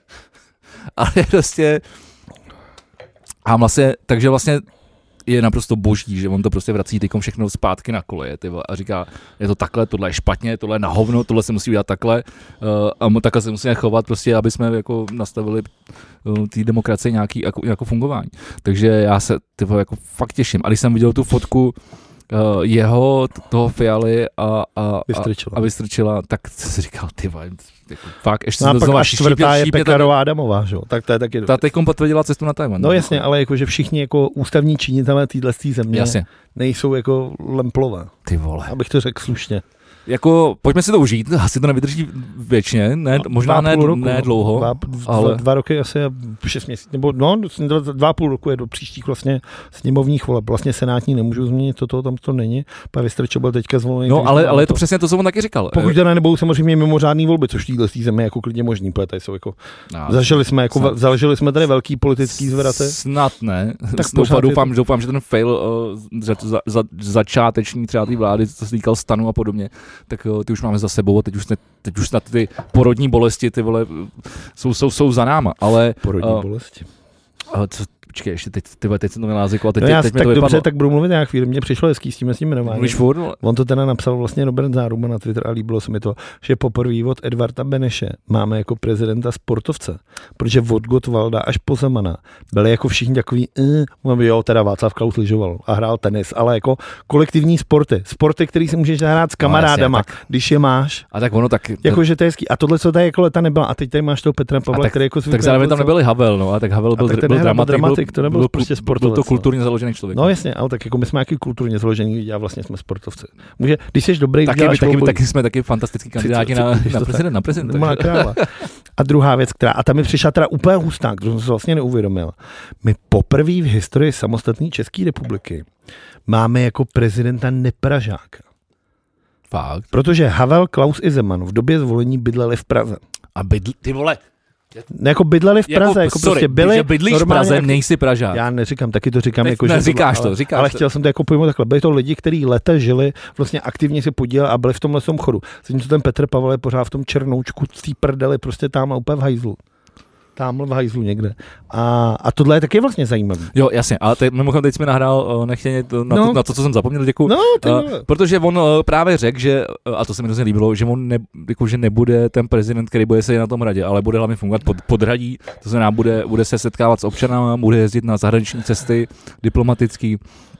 Ale prostě, a vlastně, takže vlastně je naprosto boží, že on to prostě vrací tykom všechno zpátky na koleje, ty vole, a říká, je to takhle, tohle je špatně, tohle je na hovno, tohle se musí udělat takhle uh, a mu takhle se musíme chovat prostě, aby jsme jako nastavili uh, té demokracie nějaký jako, jako fungování. Takže já se ty vole, jako fakt těším. A když jsem viděl tu fotku uh, jeho, toho Fialy a, a, Vystrčila. a, a Vystrčila, tak si říkal, ty vole, jako fakt, ještě no se to znova čtvrtá je Pekarová Adamová, že jo, tak to je taky... Ta teďkom potvrdila cestu na Tajvan. No jasně, ale jakože všichni jako ústavní činitelé téhle země jasně. nejsou jako lemplové. Ty vole. Abych to řekl slušně. Jako, pojďme si to užít, asi to nevydrží věčně, ne, možná ne, roku, ne dlouho, dva, ale... dva roky asi šest měsíců, nebo no, dva, dva půl roku je do příštích vlastně sněmovních voleb, vlastně senátní nemůžu změnit, toto tam to není, pan Vystrčil byl teďka zvolený. No, ale, ale je to přesně to, co on taky říkal. Pokud teda nebudou samozřejmě mimořádný volby, což týhle zemi jako klidně možný, protože tady jsou jako, no, zažili jsme jako, snad, zažili jsme tady velký politický zvraty. Snad ne, tak doufám, doufám, to... doufám, že ten fail uh, za, za, za, začáteční třeba té vlády, co se týkal stanu a podobně, tak ty už máme za sebou a teď už, ne, teď už snad ty porodní bolesti, ty vole, jsou, jsou, jsou za náma, ale... Porodní uh, bolesti. Uh, co, počkej, ještě teď, ty, teď jsem to vylázikl a teď, no já, teď, teď tak mi to dobře, vypadlo. tak budu mluvit nějak chvíli, mně přišlo hezký s tím, s tím jmenováním. On to teda napsal vlastně Robert Záruba na Twitter a líbilo se mi to, že poprvé od Edvarda Beneše máme jako prezidenta sportovce, protože od Gottwalda až po Zemana byli jako všichni takový, eh, jo, teda Václav Klaus lyžoval a hrál tenis, ale jako kolektivní sporty, sporty, který si můžeš hrát s kamarádama, no, jasně, tak, když je máš. A tak ono tak... Jako, že to je hezký. A tohle, co tady jako leta nebyla. A teď tady máš toho Petra Pavla, tak, který jako... Tak zároveň tam nebyl Havel, no, a tak Havel byl, tak byl dramatik, dramatik, to nebyl byl, prostě sportovec. Byl to kulturně založený člověk. No jasně, ale tak jako my jsme nějaký kulturně založený lidi a vlastně jsme sportovci. Může, když jsi dobrý, taky, my, taky, taky jsme taky fantastický kandidáti na, na prezident, na prezident. A druhá věc, která, a tam mi přišla teda úplně hustá, kterou jsem se vlastně neuvědomil. My poprvé v historii samostatné České republiky máme jako prezidenta nepražáka. Fakt. Protože Havel, Klaus i Zeman v době zvolení bydleli v Praze. A bydl, ty vole... Ne, jako bydleli v Praze, jako, jako sorry, prostě byli že bydlíš v Praze, jak... nejsi Pražák. Já neříkám, taky to říkám, Teď jako, ne, že říkáš to, to, ale, říkáš ale to. chtěl jsem to jako pojmout takhle. Byli to lidi, kteří leta žili, vlastně aktivně se podíleli a byli v tomhle chodu. Zatímco ten Petr Pavel je pořád v tom černoučku, v té prdeli, prostě tam a úplně v hajzlu. Tamhle v hajzlu někde. A, a tohle je taky vlastně zajímavý. Jo, jasně, ale te, mimochodem teď jsi mi nahrál nechtěně to, na, no. to, na to, co jsem zapomněl, děkuji. No, uh, protože on uh, právě řekl, že, a to se mi hrozně líbilo, že on ne, jako, že nebude ten prezident, který bude sedět na tom hradě, ale bude hlavně fungovat pod, pod hradí, to znamená, bude, bude se setkávat s občanama, bude jezdit na zahraniční cesty diplomatický.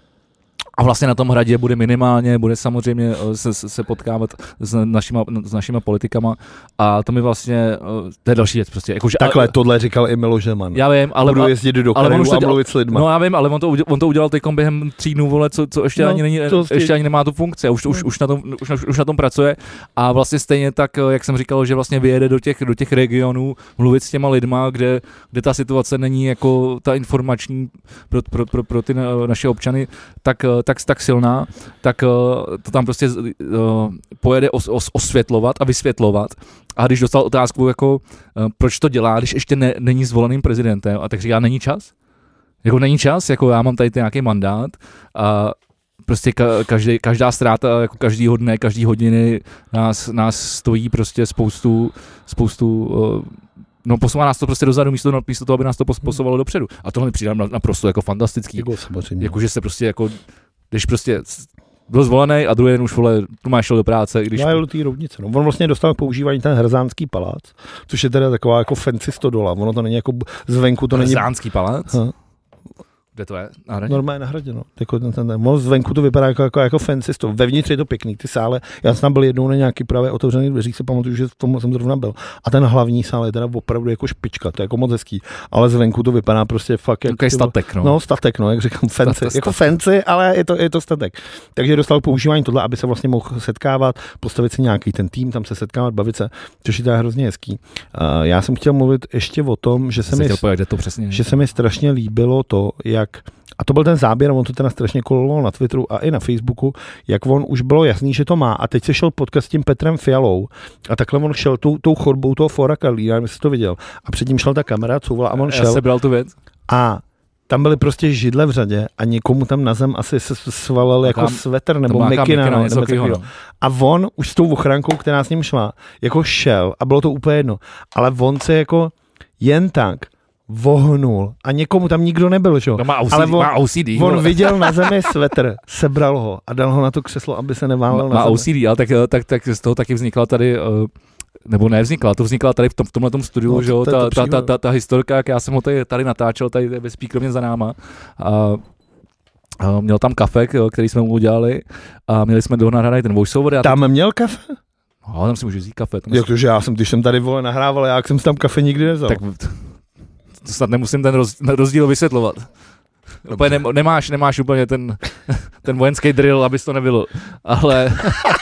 A vlastně na tom hradě bude minimálně, bude samozřejmě se, se potkávat s našima, s našima politikama a to mi vlastně, to je další věc prostě. Jako, že, Takhle ale, tohle říkal i Miloš Zeman. Já vím, ale... Budu jezdit do krajů a mluvit s lidma. No já vím, ale on to, on to udělal teď během tří dnů, vole, co, co ještě, no, ani není, ještě ani nemá tu funkci a už, už, už, na tom, už, už na tom pracuje a vlastně stejně tak, jak jsem říkal, že vlastně vyjede do těch, do těch regionů mluvit s těma lidma, kde, kde ta situace není jako ta informační pro, pro, pro, pro ty naše občany, tak tak, tak silná, tak uh, to tam prostě uh, pojede os, os, osvětlovat a vysvětlovat. A když dostal otázku, jako, uh, proč to dělá, když ještě ne, není zvoleným prezidentem, a tak říká, není čas? Jako není čas, jako já mám tady nějaký mandát a prostě ka, každý, každá ztráta, jako každýho dne, každý hodiny nás, nás stojí prostě spoustu, spoustu uh, no posouvá nás to prostě dozadu, místo, místo toho, aby nás to posouvalo dopředu. A tohle mi přijde naprosto jako fantastický. Jako samozřejmě. Jako, že se prostě jako když prostě byl zvolený a druhý den už vole, tu máš šel do práce. Když... Já jel do té Roudnice. No. On vlastně dostal k používání ten Hrzánský palác, což je teda taková jako fancy stodola. Ono to není jako zvenku, to není... Hrzánský palác? Ha. Kde to je? Na hradě? Normálně na hradě, no. Jako ten, ten, ten. Zvenku to vypadá jako, jako, jako fancy sto. Vevnitř je to pěkný, ty sále. Já jsem tam byl jednou na nějaký právě otevřený dveřích, se pamatuju, že v tom jsem zrovna byl. A ten hlavní sál je teda opravdu jako špička, to je jako moc hezký. Ale zvenku to vypadá prostě fakt jako... Takový statek, no. No, statek, no, jak říkám, fancy. Statek, jako fancy, ale je to, je to statek. Takže dostal používání tohle, aby se vlastně mohl setkávat, postavit si nějaký ten tým, tam se setkávat, bavit se, což je teda hrozně hezký. Uh, já jsem chtěl mluvit ještě o tom, že se, mi, pojít, to přesně, že se mi strašně líbilo to, jak a to byl ten záběr, on to teda strašně koloval na Twitteru a i na Facebooku, jak on už bylo jasný, že to má. A teď se šel podcast s tím Petrem Fialou a takhle on šel tou, tou chodbou toho Fora Karlína, nevím, jestli to viděl. A předtím šel ta kamera, couvala a on šel. Já se bral tu věc. A tam byly prostě židle v řadě a někomu tam na zem asi se svalil jako svetr nebo mikina. No, no. A on už s tou ochránkou, která s ním šla, jako šel a bylo to úplně jedno. Ale on se jako jen tak vohnul a někomu tam nikdo nebyl, že? No má O C D, ale on, má O C D, on viděl na zemi svetr, sebral ho a dal ho na to křeslo, aby se neválel má, na zemi. Má O C D, ale tak, tak, tak z toho taky vznikla tady, nebo nevznikla, to vznikla tady v, tom, v tomhletom studiu, no, že jo, ta, ta, ta, ta, ta historka, jak já jsem ho tady, tady natáčel, tady ve speakerovně za náma a, a měl tam kafe, který jsme mu udělali a měli jsme dohnat ten voiceover. Tam teď... měl kafe? No, tam si můžu vzít kafe. Jak to, že já jsem, když jsem tady vole nahrával, já jsem si tam kafe nikdy nevzal. Tak to snad nemusím ten roz, rozdíl vysvětlovat. Úplně ne, nemáš, nemáš úplně ten, ten vojenský drill, abys to nebylo. Ale...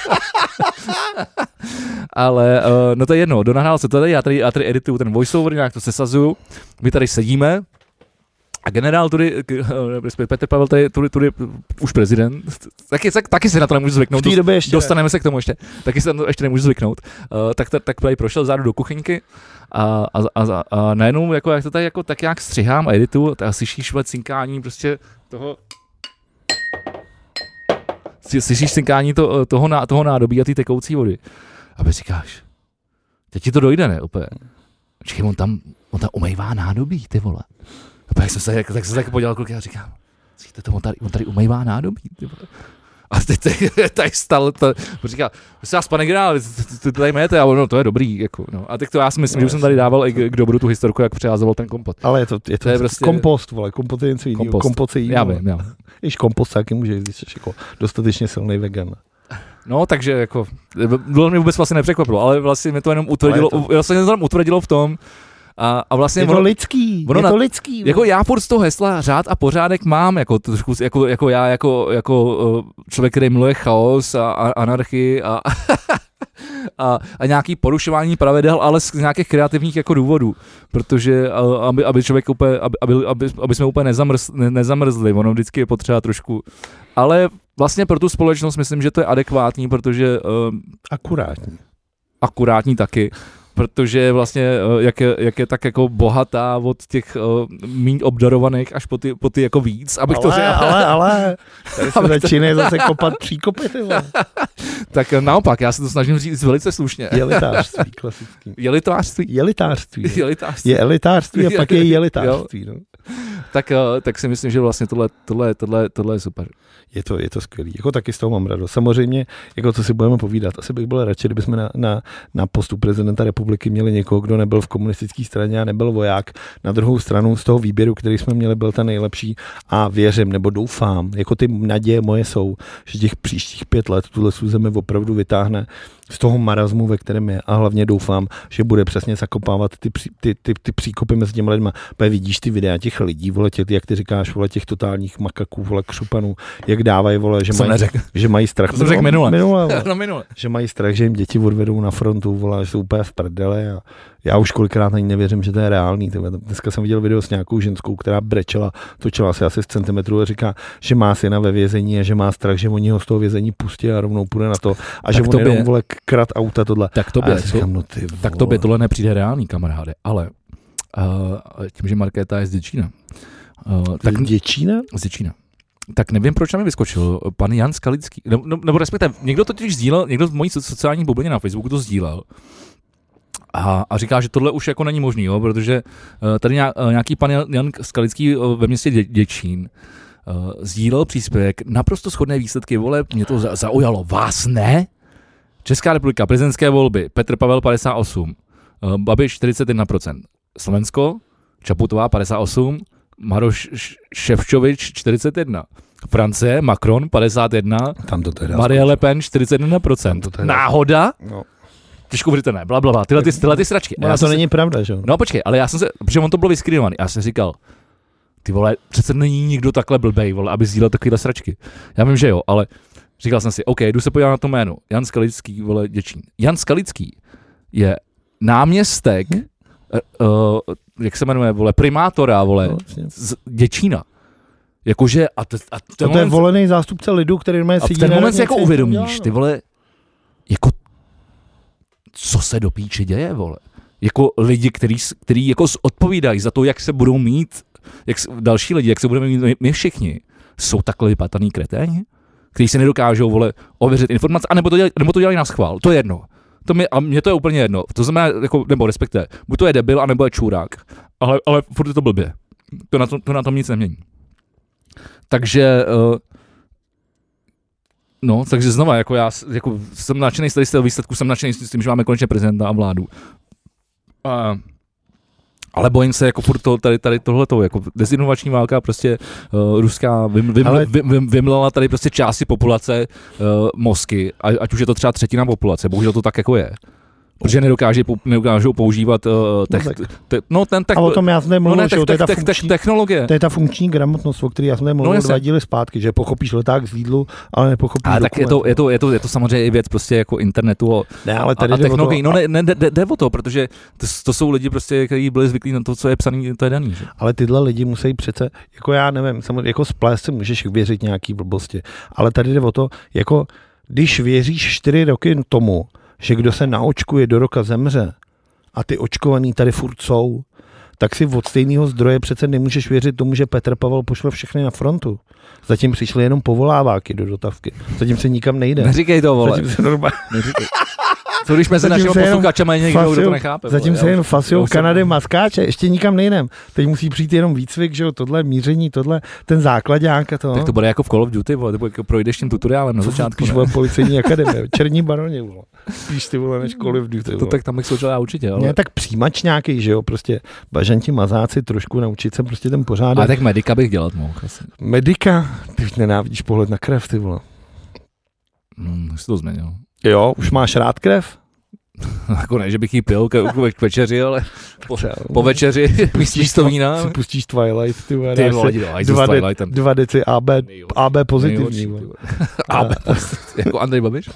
ale, uh, no to je jedno, donahrál se to tady, já tady, já tady edituju ten voiceover, nějak to sesazuju, my tady sedíme a generál tudy, Petr Pavel tady, tudy, tudy už prezident, taky, tak, taky se na to nemůžu zvyknout, v té době ještě dostaneme ne. se k tomu ještě, taky se na to ještě nemůžu zvyknout, uh, tak, tak, tak tady prošel zádu do kuchyňky a, a, a, a najednou, jako, jak to tady jako, tak nějak střihám a edituju, tak slyšíš cinkání prostě toho, slyšíš synkání to, toho, ná, toho nádobí a ty tekoucí vody. A ty říkáš, teď ti to dojde, ne, úplně. Počkej, on tam, on tam umývá nádobí, ty vole. A pak jsem se, tak jsem se tak podíval kluky a říkám, to, on, tady, on tady umývá nádobí, ty vole. A teď tady stal, to, říká, prosím vás, pane generál, ty tady mějete, a no, to je dobrý, jako, no. A tak to já si myslím, no, že už jsem tady dával i k, k dobru tu historku, jak přeházoval ten kompot. Ale je to, je to, to je prostě kompost, vole, kompot je něco jiného, kompot je jiného. Já vím, já. Když kompost taky může, když jsi jako dostatečně silný vegan. No, takže jako, bylo mě vůbec vlastně nepřekvapilo, ale vlastně mě to jenom utvrdilo, to... vlastně mě to jenom utvrdilo v tom, A, a vlastně je to ono, lidský, ono je to lidský. Jako já furt z toho hesla řád a pořádek mám, jako trošku, jako, jako já, jako, jako člověk, který miluje chaos a, a anarchii a, a, a nějaký porušování pravidel, ale z nějakých kreativních jako důvodů, protože aby, aby člověk úplně, aby, aby, aby, aby jsme úplně nezamrz, ne, nezamrzli, ono vždycky je potřeba trošku, ale vlastně pro tu společnost myslím, že to je adekvátní, protože um, akurátní. Akurátní taky. Protože vlastně, jak je, jak je tak jako bohatá od těch uh, míň obdarovaných až po ty, po ty jako víc, abych ale, to řekl. Ale, ale, tady se začínají zase kopat příkopy, ty vole. Tak naopak, já se to snažím říct velice slušně. Jelitářství klasický. Jelitářství? Jelitářství. Jelitářství. Je elitářství a pak je jelitářství. No. Tak, tak si myslím, že vlastně tohle, tohle, tohle, tohle je super. Je to, je to skvělý. Jako taky z toho mám radost. Samozřejmě, jako co si budeme povídat, asi bych byl radši, kdybychom na, na, na postu prezidenta republiky měli někoho, kdo nebyl v komunistické straně a nebyl voják. Na druhou stranu z toho výběru, který jsme měli, byl ten nejlepší a věřím, nebo doufám, jako ty naděje moje jsou, že těch příštích pět let tuhle zemi opravdu vytáhne z toho marazmu, ve kterém je, a hlavně doufám, že bude přesně zakopávat ty, ty, ty, ty příkopy mezi těmi lidma. Protože vidíš ty videa těch lidí, vole, těch, jak ty říkáš, vole, těch totálních makaků, vole, křupanů, jak dávají, vole, že, mají, že mají strach. To řekl minule. minule, no, minule. Že mají strach, že jim děti odvedou na frontu, vole, že jsou úplně v prdele a já už kolikrát ani nevěřím, že to je reálný. Dneska jsem viděl video s nějakou ženskou, která brečela, točila se asi z centimetru a říká, že má syna ve vězení a že má strach, že oni ho z toho vězení pustí a rovnou půjde na to a tak že on jenom, vole, krat auta tohle. Tak tobě, to, říkám, no ty tak tobě tohle nepřijde reálný, kamaráde, ale uh, tím, že Markéta je z Děčína. Uh, tak, z Děčína? Z Děčína. Tak nevím, proč nám vyskočil pan Jan Skalický, nebo, nebo respektive, někdo to totiž sdílel, někdo v mojí sociální bublině na Facebooku to sdílel. A, a říká, že tohle už jako není možný, jo, protože uh, tady nějaký pan Jan Skalický uh, ve městě Dě, Děčín uh, sdílel příspěvek, naprosto shodné výsledky voleb, mě to za, zaujalo, vás ne? Česká republika, prezidentské volby, Petr Pavel padesát osm, uh, Babiš čtyřicet jedna procent, Slovensko, Čaputová padesát osm, Maroš Ševčovič čtyřicet jedna, Francie, Macron padesát jedna, tam to teda Marie Le Pen čtyřicet jedna procent. Náhoda? No. Těžko uvěřitelné, blablabla, tyhle ty, tyhle ty sračky. No, to se, není pravda, že jo? No počkej, ale já jsem se, protože on to bylo vyskrývovaný, já jsem říkal, ty vole, přece není nikdo takhle blbej, vole, aby sdílel takovýhle sračky. Já vím, že jo, ale říkal jsem si, OK, jdu se podívat na to jméno, Jan Skalický, vole, Děčín. Jan Skalický je náměstek, hm? uh, uh, jak se jmenuje, vole, primátora, vole, no, z Děčína. Jakože, a, te, a, a to moment, je volený zástupce lidu, který má sedí. A v ten moment si jako uvědomíš, ty vole, jako co se do píči děje, vole. Jako lidi, který, který jako odpovídají za to, jak se budou mít, jak, další lidi, jak se budeme mít my všichni, jsou takhle vypataný kreténi, kteří se nedokážou, vole, ověřit informace, anebo to dělají, nebo to dělají na schvál, to je jedno. To mě, a mně to je úplně jedno. To znamená, jako, nebo respektive, buď to je debil, anebo je čurák, ale, ale furt je to blbě. To na, to, to na tom nic nemění. Takže uh, no, takže znova, jako já jako jsem nadšený z toho výsledku, jsem nadšený s tím, že máme konečně prezidenta a vládu. Uh, ale bojím se, jako furt to, tady, tady tohleto, jako dezinformační válka, prostě uh, ruská vym, vym, ale... vym, vym, vymlela tady prostě části populace uh, mozky, ať už je to třeba třetina populace, bohužel to tak jako je. Protože nedokáže, nedokážou používat uh, tech, no, te, no ten tech, a o tom já jsem nemluvil, no, že to je ta te, funkční, technologie. To je ta funkční gramotnost, o které já jsem nemluvil no, dva díly zpátky, že pochopíš leták z Lidlu, ale nepochopíš a tak je to, je, to, je, to, je to samozřejmě i věc prostě jako internetu ne, ale tady a, a technologií. To, no ne, ne, jde, jde o to, protože to, to jsou lidi prostě, kteří byli zvyklí na to, co je psaný, to je daný. Že? Ale tyhle lidi musí přece, jako já nevím, samozřejmě jako splést se můžeš věřit nějaký blbosti, ale tady jde o to, jako když věříš čtyři roky tomu, že kdo se naočkuje do roka zemře a ty očkovaný tady furt jsou, tak si od stejného zdroje přece nemůžeš věřit tomu, že Petr Pavel pošle všechny na frontu. Zatím přišly jenom povoláváky do dotavky. Zatím se nikam nejde. Neříkej to, vole. Zatím se normálně... Neříkej. Co když mezi našimi posluchačama je někdo, kdo to nechápe? Zatím vole, se já jen už- fasijou já už- Kanady maskáče, ještě nikam nejdem. Teď musí přijít jenom výcvik, že jo, tohle míření, tohle, ten základňák a to. Tak to bude jako v Call of Duty, vole, ty jako projdeš tím tutoriálem na začátku. Spíš ne? vole policejní akademie, černí baroni, vole. Spíš ty vole než Call of Duty. To vole. tak tam bych sloužil já určitě, ale... Ne, tak přijímač nějaký, že jo, prostě bažanti mazáci trošku naučit se prostě ten pořádek. Ale tak medika bych dělat mohl asi. Medika, ty už nenávidíš pohled na krev, ty vole. Hmm, už jsi to změnil. Jo, už máš rád krev? Jako ne, že bych jí pil k, k večeři, ale po, Třeba, po večeři místo vína. si pustíš Twilight, ty vole, Ty dáš vole, si jdi do hajzlu s dva, de, Twilightem. dva deci A B, A B pozitivní. Nejhorší, vole. ty vole. A B pozitivní. Jako Andrej Babiš?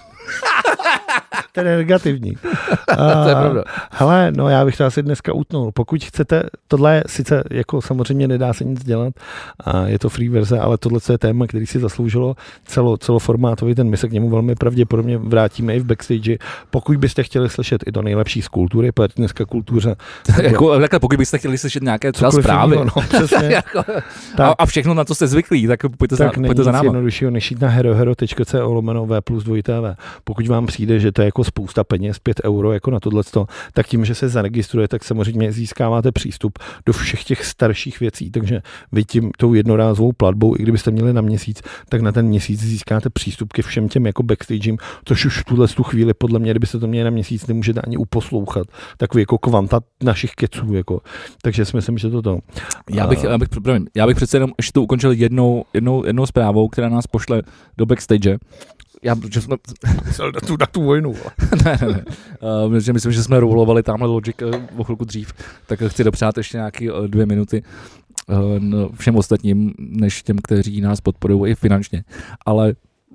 Ten je negativní. To je pravda. Hele, no já bych to asi dneska utnul. Pokud chcete, tohle je sice jako samozřejmě nedá se nic dělat, a je to free verze, ale tohle je téma, který si zasloužilo celo, celoformátový, ten my se k němu velmi pravděpodobně vrátíme i v backstage. Pokud byste chtěli slyšet i to nejlepší z kultury, protože dneska kultuře... Jako, takhle, pokud byste chtěli slyšet nějaké třeba zprávy jiného, no, přesně. jako, a, a všechno, na co jste zvyklí, tak pojďte, Tak za, není pojďte za nic náma. jednoduššího, než jít na herohero tečka co lomeno V plus dvě T V. Pokud vám přijde, že to je jako spousta peněz, pět euro jako na tohleto, tak tím, že se zaregistruje, tak samozřejmě získáváte přístup do všech těch starších věcí. Takže vy tím tou jednorázovou platbou, i kdybyste měli na měsíc, tak na ten měsíc získáte přístup ke všem těm jako backstagem, což už v tuhle tu chvíli podle mě, kdybyste to měli na měsíc, nemůžete ani uposlouchat. Takový jako kvanta našich keců. Jako. Takže si myslím, že toto. Já bych, já bych, promiň, já bych přece jenom ještě to ukončil jednou, jednou, jednou zprávou, která nás pošle do backstage. Já, že jsme... na, tu, na tu vojnu. ne, ne, ne. Uh, že myslím, že jsme roulovali tamhle Logic uh, o chvilku dřív, tak chci dopřát ještě nějaké uh, dvě minuty uh, no, všem ostatním, než těm, kteří nás podporují i finančně. Ale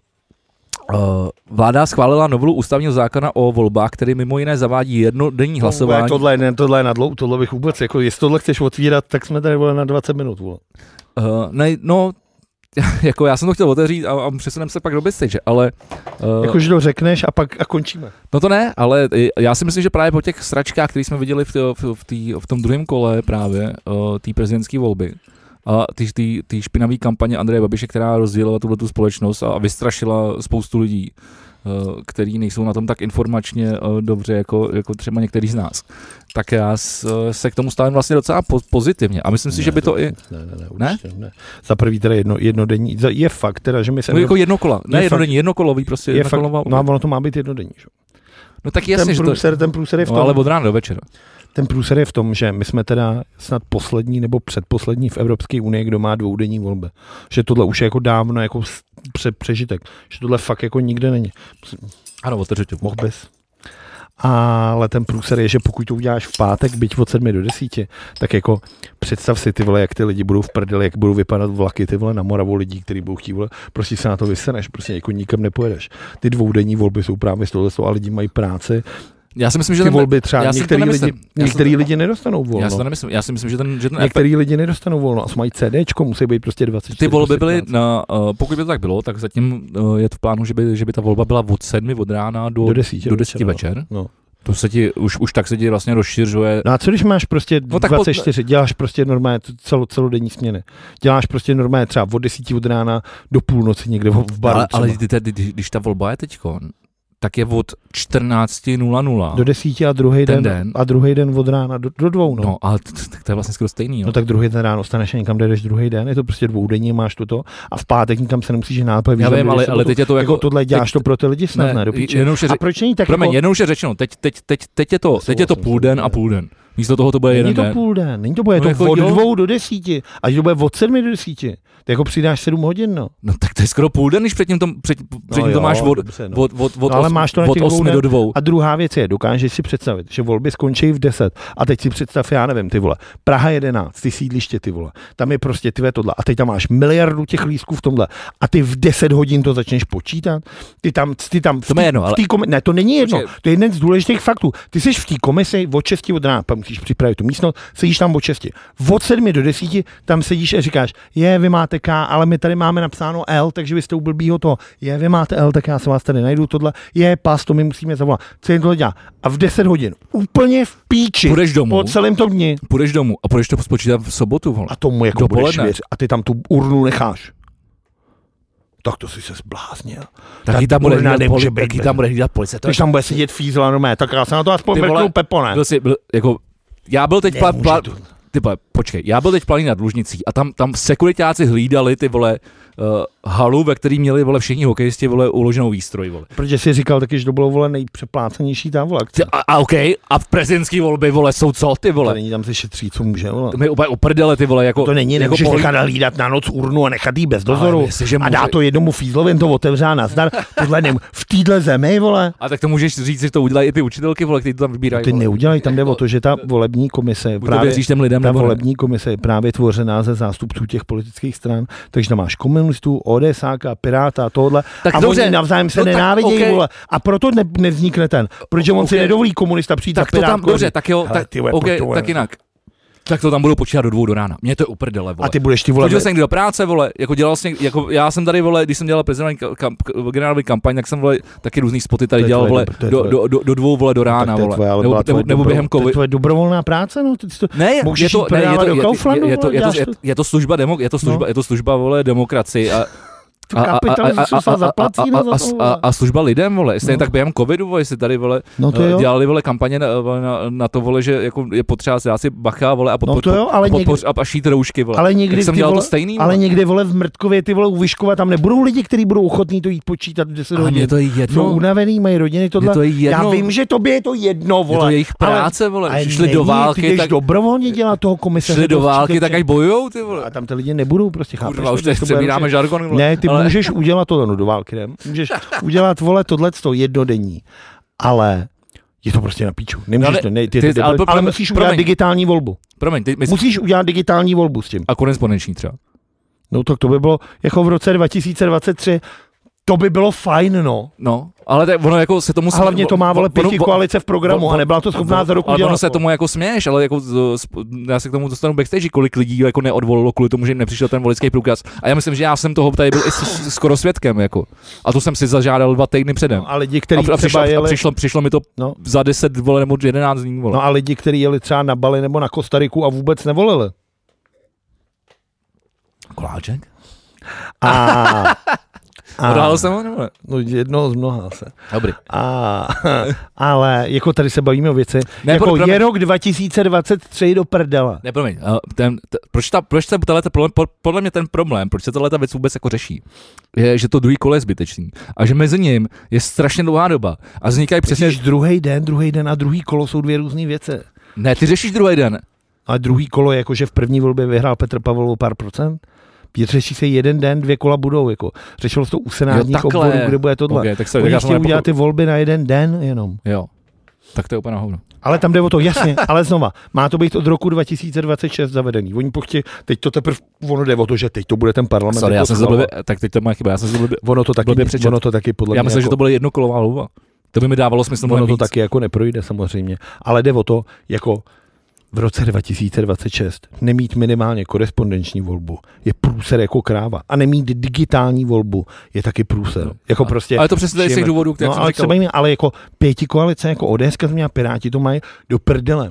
uh, vláda schválila novelu ústavního zákona o volbách, který mimo jiné zavádí jednodenní hlasování. No, tohle, ne, tohle je na dlouho, tohle bych vůbec, jako, jestli tohle chceš otvírat, tak jsme tady vole na dvacet minut. Vole. Uh, ne, no, jako já jsem to chtěl otevřít a, a přesuneme se pak do backstage, ale... Uh, Jakože to řekneš a pak a končíme. No to ne, ale já si myslím, že právě po těch sračkách, které jsme viděli v, tý, v, tý, v tom druhém kole právě uh, té prezidentské volby a ty, ty, ty špinavý kampaně Andreje Babiše, která rozdělila tuhletu společnost a vystrašila spoustu lidí, uh, který nejsou na tom tak informačně uh, dobře jako, jako třeba některý z nás. Tak já s, se k tomu stavím vlastně docela po, pozitivně a myslím si, ne, že by to, to i... Ne, ne, ne, určitě ne? ne. Za prvý teda jedno, jednodenní, je fakt teda, že my se... No jako jednokola, ne jednodenní, jednokolový prostě. Je fakt, jednokolová... no a ono to má být jednodenní, že? No tak jasně, ten průser, že to... ten průser je v tom... No ale od rána do večera. Ten průser je v tom, že my jsme teda snad poslední nebo předposlední v Evropské unii, kdo má dvoudenní volby. Že tohle už je jako dávno jako pře- přežitek. Že tohle fakt jako nikde není. Ano, otevřete. Mohl bys. Ale ten průser je, že pokud to uděláš v pátek, byť od sedmi do desíti, tak jako představ si ty vole, jak ty lidi budou v prdeli, jak budou vypadat vlaky ty vole na Moravu lidí, kteří budou chtít vole, prostě se na to vyseneš, prostě jako nikam nepojedeš. Ty dvoudenní volby jsou právě z tohle a lidi mají práci. Já si myslím, že ty ten, volby třeba některý, lidi, některý to, lidi nedostanou volno. Já si to nemyslím. Já si myslím, že ten, že ten některý efekt, lidi nedostanou volno a mají CDčko, musí být prostě dvacet čtyři. ty volby byly, na, uh, pokud by to tak bylo, tak zatím uh, je to v plánu, že by, že by ta volba byla od sedmi od rána do, do desíti, do desíti večer. večer. No. To se ti, už, už tak se ti vlastně rozšiřuje. No a co když máš prostě no dvacet čtyři, pod... děláš prostě normálně celo, celodenní směny. Děláš prostě normálně třeba od desíti od rána do půlnoci někde v baru. Ale, ale ty, ty, ty, když ta volba je teďko, tak je od čtrnáct nula nula do desíti a druhý den, den a druhý den od rána do, do dvou. No, no ale tak to je vlastně skoro stejný. Jo? No tak druhý den ráno staneš a někam jdeš druhý den, je to prostě dvoudenní, máš toto a v pátek nikam se nemusíš nápad. Já vím, ale, ale teď je to jako, jako tohle děláš teď, to pro ty lidi snad, ne, ne do píče. A proč není tak promiň, jako... jednoduše řečeno, teď, teď, teď, teď je to, teď je to půl den a půl den. Místo toho to bude není jeden den. Není to půl den, není to bude, no to jako od jo. dvou do desíti, až to bude od sedmi do desíti. Ty jako přidáš sedm hodin, no. No tak to je skoro půl den, když předtím to, před, předtím no jo, to máš od, dobře, no. od, od, od, no, ale máš to od osmi do dvou. A druhá věc je, dokážeš si představit, že volby skončí v deset a teď si představ, já nevím, ty vole, Praha jedenáct, ty sídliště, ty vole, tam je prostě ty tohle a teď tam máš miliardu těch lístků v tomhle a ty v deset hodin to začneš počítat, ty tam, ty tam v to jedno, ale... komi- ne, to není jedno, Počkej. to je jeden z důležitých faktů. Ty jsi v té komisi od šesti od rána, pak musíš připravit tu místnost, sedíš tam od šesti. Od sedmi do desíti tam sedíš a říkáš, je, vy máte máte K, ale my tady máme napsáno L, takže vy jste u blbýho toho. Je, vy máte L, tak já se vás tady najdu, tohle je pas, to my musíme zavolat. Co jen tohle dělá? A v deset hodin, úplně v píči, půjdeš domů, po celém tom dni. Půjdeš domů a půjdeš to spočítat v sobotu, vole. A tomu jako budeš věřit. A ty tam tu urnu necháš. Tak to si se zbláznil. Taky tam bude hlídat poli, taky tam bude hlídat policie. Když tam bude sedět fízla, no mé, tak já se na to aspoň mrknu Pepo, ne? Byl jsi, byl, jako, já byl teď pla, pla, ty vole, počkej, já byl teď planý nad Lužnicí a tam, tam sekuritáci hlídali ty vole uh, halu, ve který měli vole všichni hokejisti vole uloženou výstroj, vole. Protože jsi říkal taky, že to bylo vole nejpřeplácenější ta vole akce. A, a okej, okay, a v prezidentský volby vole jsou co ty vole? To není, tam se šetří, co může, vole. To mi úplně uprdele ty vole, jako. To není, nemůžeš jako nechat hlídat na noc urnu a nechat jí bez dozoru. Myslí, a dá to jednomu fízlovi, jen to otevřá nazdar. Tohle nem, v téhle zemi, vole. A tak to můžeš říct, že to udělají i ty učitelky, vole, kteří to tam vybírají. Ty neudělají, tam jde o to, že ta volební komise právě těm lidem, ta volební komise je právě tvořená ze zástupců těch politických stran, takže tam máš komunistů, ODSáka, Piráta, tohle. Tak a dobře, oni navzájem se no nenávidějí, okay. Vole. A proto ne, nevznikne ten, protože on okay. si nedovolí komunista přijít tak za to tam, dobře, tak jo, tak, tyhle, okay, tak jinak. Tak to tam budu počítat do dvou do rána. Mně to je uprdele, vole. A ty budeš ty vole. Chodil jsem někdy do práce, vole, jako dělal jsem, jako já jsem tady, vole, když jsem dělal prezidentní kam, generální kampaň, tak jsem, vole, taky různý spoty tady dělal, vole, do, do, do, do dvou, vole, do rána, vole. Tvoje, nebo, nebo, nebo během covidu. To je dobrovolná práce, no, ty to ne, je to, ne, je to, je to, je to, je to, je to služba demo, je to služba, no. je to služba, vole, demokracii a A, a, a, a, a, a služba lidem, vole, stejně no. Tak během covidu, vole, jestli tady, vole, no dělali, vole, kampaně na, na, na to, vole, že jako je potřeba si asi bacha, vole, a, podpor, no jo, ale podpoř, někdy, a, a šít roušky, vole. Ale někdy jsem dělal vole, to stejný, ale někdy, vole, v Mrtkově, ty vole, u Vyškova, tam nebudou lidi, kteří budou ochotní to jít počítat v deset hodin. Mě to je jedno. Jsou unavený, mají rodiny, tohle. To je jedno. Já vím, že tobě je to jedno, vole. Je to jejich práce, vole. Šli do války, tak dobrovolně dělat toho komisaře. Šli do války, tak ať bojujou, ty vole. A tam ty lidi nebudou prostě chápat. Kurva, už teď přebíráme žargon. Ne, ty můžeš udělat to do války, ne? Můžeš udělat, vole, tohleto jednodenní, ale je to prostě na píču. Nemůžeš to, ne, ty, ty, ty, ale, ale musíš promiň, udělat digitální volbu. Promiň, ty, my musíš udělat digitální volbu s tím. A korespondenční třeba. No tak to by bylo jako v roce dva tisíce dvacet tři. To by bylo fajn, no. No, ale tak ono jako se tomu směš. Hlavně to má, vole, pěti koalice v programu a nebyla to schopná za roku dělat. Ale ono se to. tomu jako směješ, ale jako já se k tomu dostanu backstage, kolik lidí jako neodvolilo kvůli tomu, že jim nepřišel ten voličský průkaz. A já myslím, že já jsem toho tady byl i skoro svědkem, jako. A to jsem si zažádal dva týdny předem. No, a lidi, kteří a, a, přišlo, jeli... a přišlo, přišlo mi to no. za deset, vole, nebo jedenáct dní, vole. No a lidi, kteří jeli třeba na Bali nebo na Kostariku a vůbec nevolili. Koláček? A Odhalil jsem ho, nebo ne? No jednoho z mnoha se. Dobrý. A, ale jako tady se bavíme o věci, ne, jako promiň. je rok dva tisíce dvacet tři do prdela. Ne, promiň, ten, t, proč, ta, proč se tato, podle mě ten problém, proč se tato věc vůbec jako řeší, je, že to druhý kolo je zbytečný a že mezi ním je strašně dlouhá doba a vznikají přesně... druhý den, druhý den a druhý kolo jsou dvě různé věci. Ne, ty řešíš druhý den. A druhý kolo je jako, že v první volbě vyhrál Petr Pavel o pár procent. Řeší se jeden den, dvě kola budou, jako. Řešilo se to u senátních obvodů, kde bude tohle. Okay, tak se Oni chtějí udělat ty volby na jeden den jenom. Jo, tak to je úplně na hovno. Ale tam jde o to, jasně, ale znova, má to být od roku dva tisíce dvacet šest zavedený. Oni pochtě, teď to teprve, ono jde o to, že teď to bude ten parlament. Sorry, já jsem se blbě, tak teď to má chyba, já jsem se blbě, ono to taky, ono to taky podle já mě myslím, jako, že to bylo jednokolová volba. To by mi dávalo smysl. Ono to víc. Taky jako neprojde samozřejmě, ale jde o to, jako v roce dva tisíce dvacet šest nemít minimálně korespondenční volbu je průser jako kráva. A nemít digitální volbu je taky průser. Jako a, prostě, ale to přesně z těch důvodů, které no, jsem ale říkal. Bavíme, ale jako pěti koalice, jako O D S a Piráti to mají do prdele.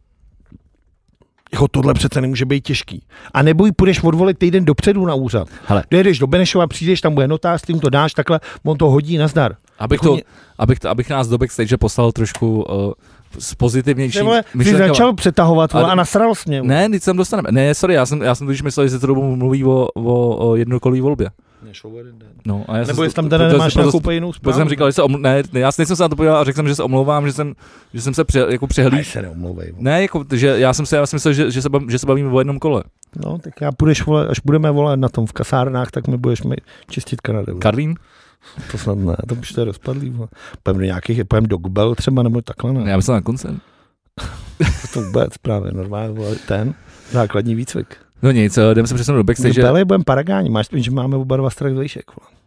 Jako tohle přece nemůže být těžký. A neboj, půjdeš odvolit týden dopředu na úřad. Hele. Dojedeš do Benešova, přijdeš, tam bude notář, tím to dáš, takhle, on to hodí, nazdar. Abych, to, abych, to, abych nás do backstage poslal trošku uh, s pozitivnější myšlenkama. Ty začal přetahovat vole, a nasral jsi mě. Ne, nic sem dostaneme. Ne, sorry, já jsem, já jsem totiž myslel, že se to mluví o, o, o jednokolové volbě. No, a já Nebo jestli tam teda nemáš nějakou jinou zprávu. Protože jsem říkal, že se oml... ne, ne, já jsem se na to podíval a řekl jsem, že se omlouvám, že jsem, že jsem se pře, jako přehlíd. Ne, se neomlouvej. Ne, jako, že já jsem se, já jsem myslel, že, že, se bavím, že se bavíme o jednom kole. No, tak já půjdeš, vole, až budeme volat na tom v kasárnách, tak my budeš čistit Kanadu. Karlín? To snad ne, to už to je rozpadlý. Pojem do nějakých, pojem do Gbel třeba, nebo takhle ne. Já myslel na koncert. To vůbec právě, normálně, ten základní výcvik. No nic, jdeme se přesunout do backstage. Do Bely budeme paragáni, máš to, že máme oba dva strach zvejšek.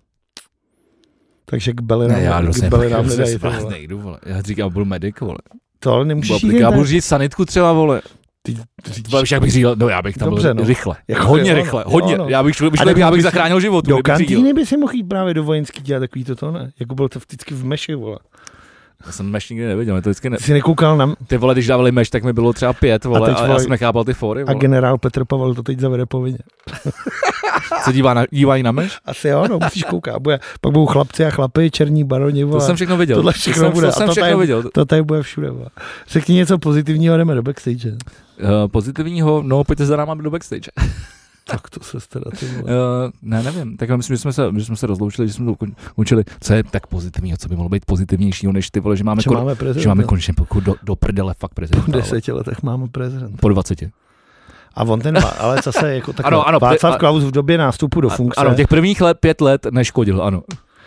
Takže k Bely nám, já k Bely nám nedají. Nejdu, vole. Já říkám, budu medic, vole. To ale nemůžeš jít. Já budu říct sanitku třeba, vole. Ty, ty, jak bych říkal, no já bych tam Dobře, byl no. rychle, jako hodně jo, rychle, no, hodně, no. já bych, bych, bych, já bych zachránil život. Do kantýny by si mohl jít právě do vojenský dělat takový toto, ne? Jako byl to vždycky v meši, vole. Já jsem meš nikdy neviděl, to vždycky ne... Ty jsi nekoukal na... Ty vole, když dávali meš, tak mi bylo třeba pět, vole, a, teď, a já jsem nechápal ty fóry, vole. A generál Petr Pavel to teď zavede povinně. Co dívá na, dívají na meš? Asi jo, no, musíš koukat. Bude, pak budou chlapci a chlapy, černí baroni, vole. To jsem všechno viděl. Tohle všechno to bude. jsem, to jsem to všechno tady, viděl. To tady bude všude, vole. Řekni něco pozitivního, jdeme do backstage. Uh, pozitivního, no pojďte za náma do backstage. Tak to se teda ty vole. Uh, ne, nevím, tak myslím, že jsme se, že jsme se rozloučili, že jsme to končili. Co je tak pozitivního, co by mohlo být pozitivnějšího, než ty vole, že máme, kon, máme, že máme konečně do, do prdele fakt prezidenta. Po deseti letech máme prezidenta. Po dvaceti. A on ten, ale zase jako tak ano, ano, Václav Klaus v době nástupu do funkce. Ano, těch prvních let, pět let neškodil, ano.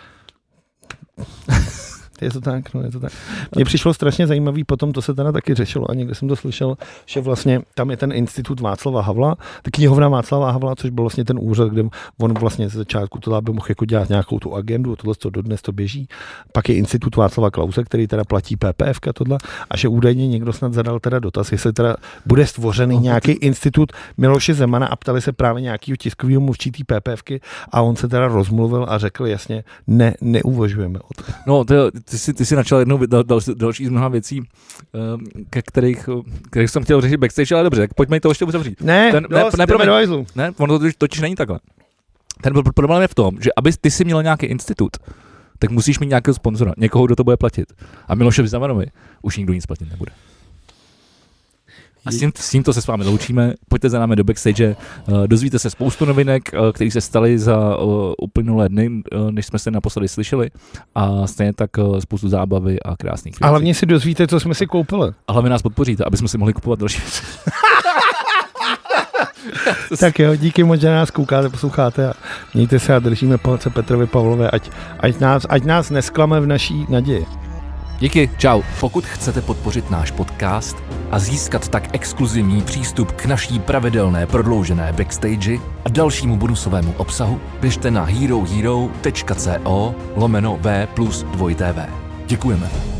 Je to tak, no je to tak. Mně přišlo strašně zajímavý, potom to se teda taky řešilo a někde jsem to slyšel, že vlastně tam je ten institut Václava Havla, ta knihovna Václava Havla, což byl vlastně ten úřad, kde on vlastně ze začátku to by mohl jako dělat nějakou tu agendu, tohle to dodnes to běží. Pak je institut Václava Klause, který teda platí P P F tohle a že údajně někdo snad zadal teda dotaz, jestli teda bude stvořený nějaký institut Miloše Zemana a ptali se právě nějakého tiskového mluvčí té P P F ky a on se teda rozmluvil a řekl jasně, ne, neuvažujeme o tom. No, to, ty si, ty si načal jednou dal, dal, další z mnoha věcí, ke kterých, kterých jsem chtěl řešit backstage, ale dobře, tak pojďme to ještě uzavřít. Ne, Ten, ne, ne, promiň, do ne, ono to totiž není takhle. Ten problém je v tom, že aby ty si měl nějaký institut, tak musíš mít nějakého sponzora, někoho, kdo to bude platit. A Milošovi Zemanovi už nikdo nic platit nebude. A s, tím, s tímto se s vámi loučíme, pojďte za námi do backstage, uh, dozvíte se spoustu novinek, uh, které se staly za uh, uplynulé dny, uh, než jsme se naposledy slyšeli a stejně tak uh, spoustu zábavy a krásných věcí. A hlavně si dozvíte, co jsme si koupili. A hlavně nás podpoříte, aby jsme si mohli kupovat další věci. Tak jo, díky moc, že nás koukáte, posloucháte a mějte se a držíme palce Petrovi Pavlové, ať, ať, nás, ať nás nesklame v naší naději. Díky, čau. Pokud chcete podpořit náš podcast a získat tak exkluzivní přístup k naší pravidelné prodloužené backstage a dalšímu bonusovému obsahu, běžte na herohero tečka co lomeno v plus dvoj tv. Děkujeme.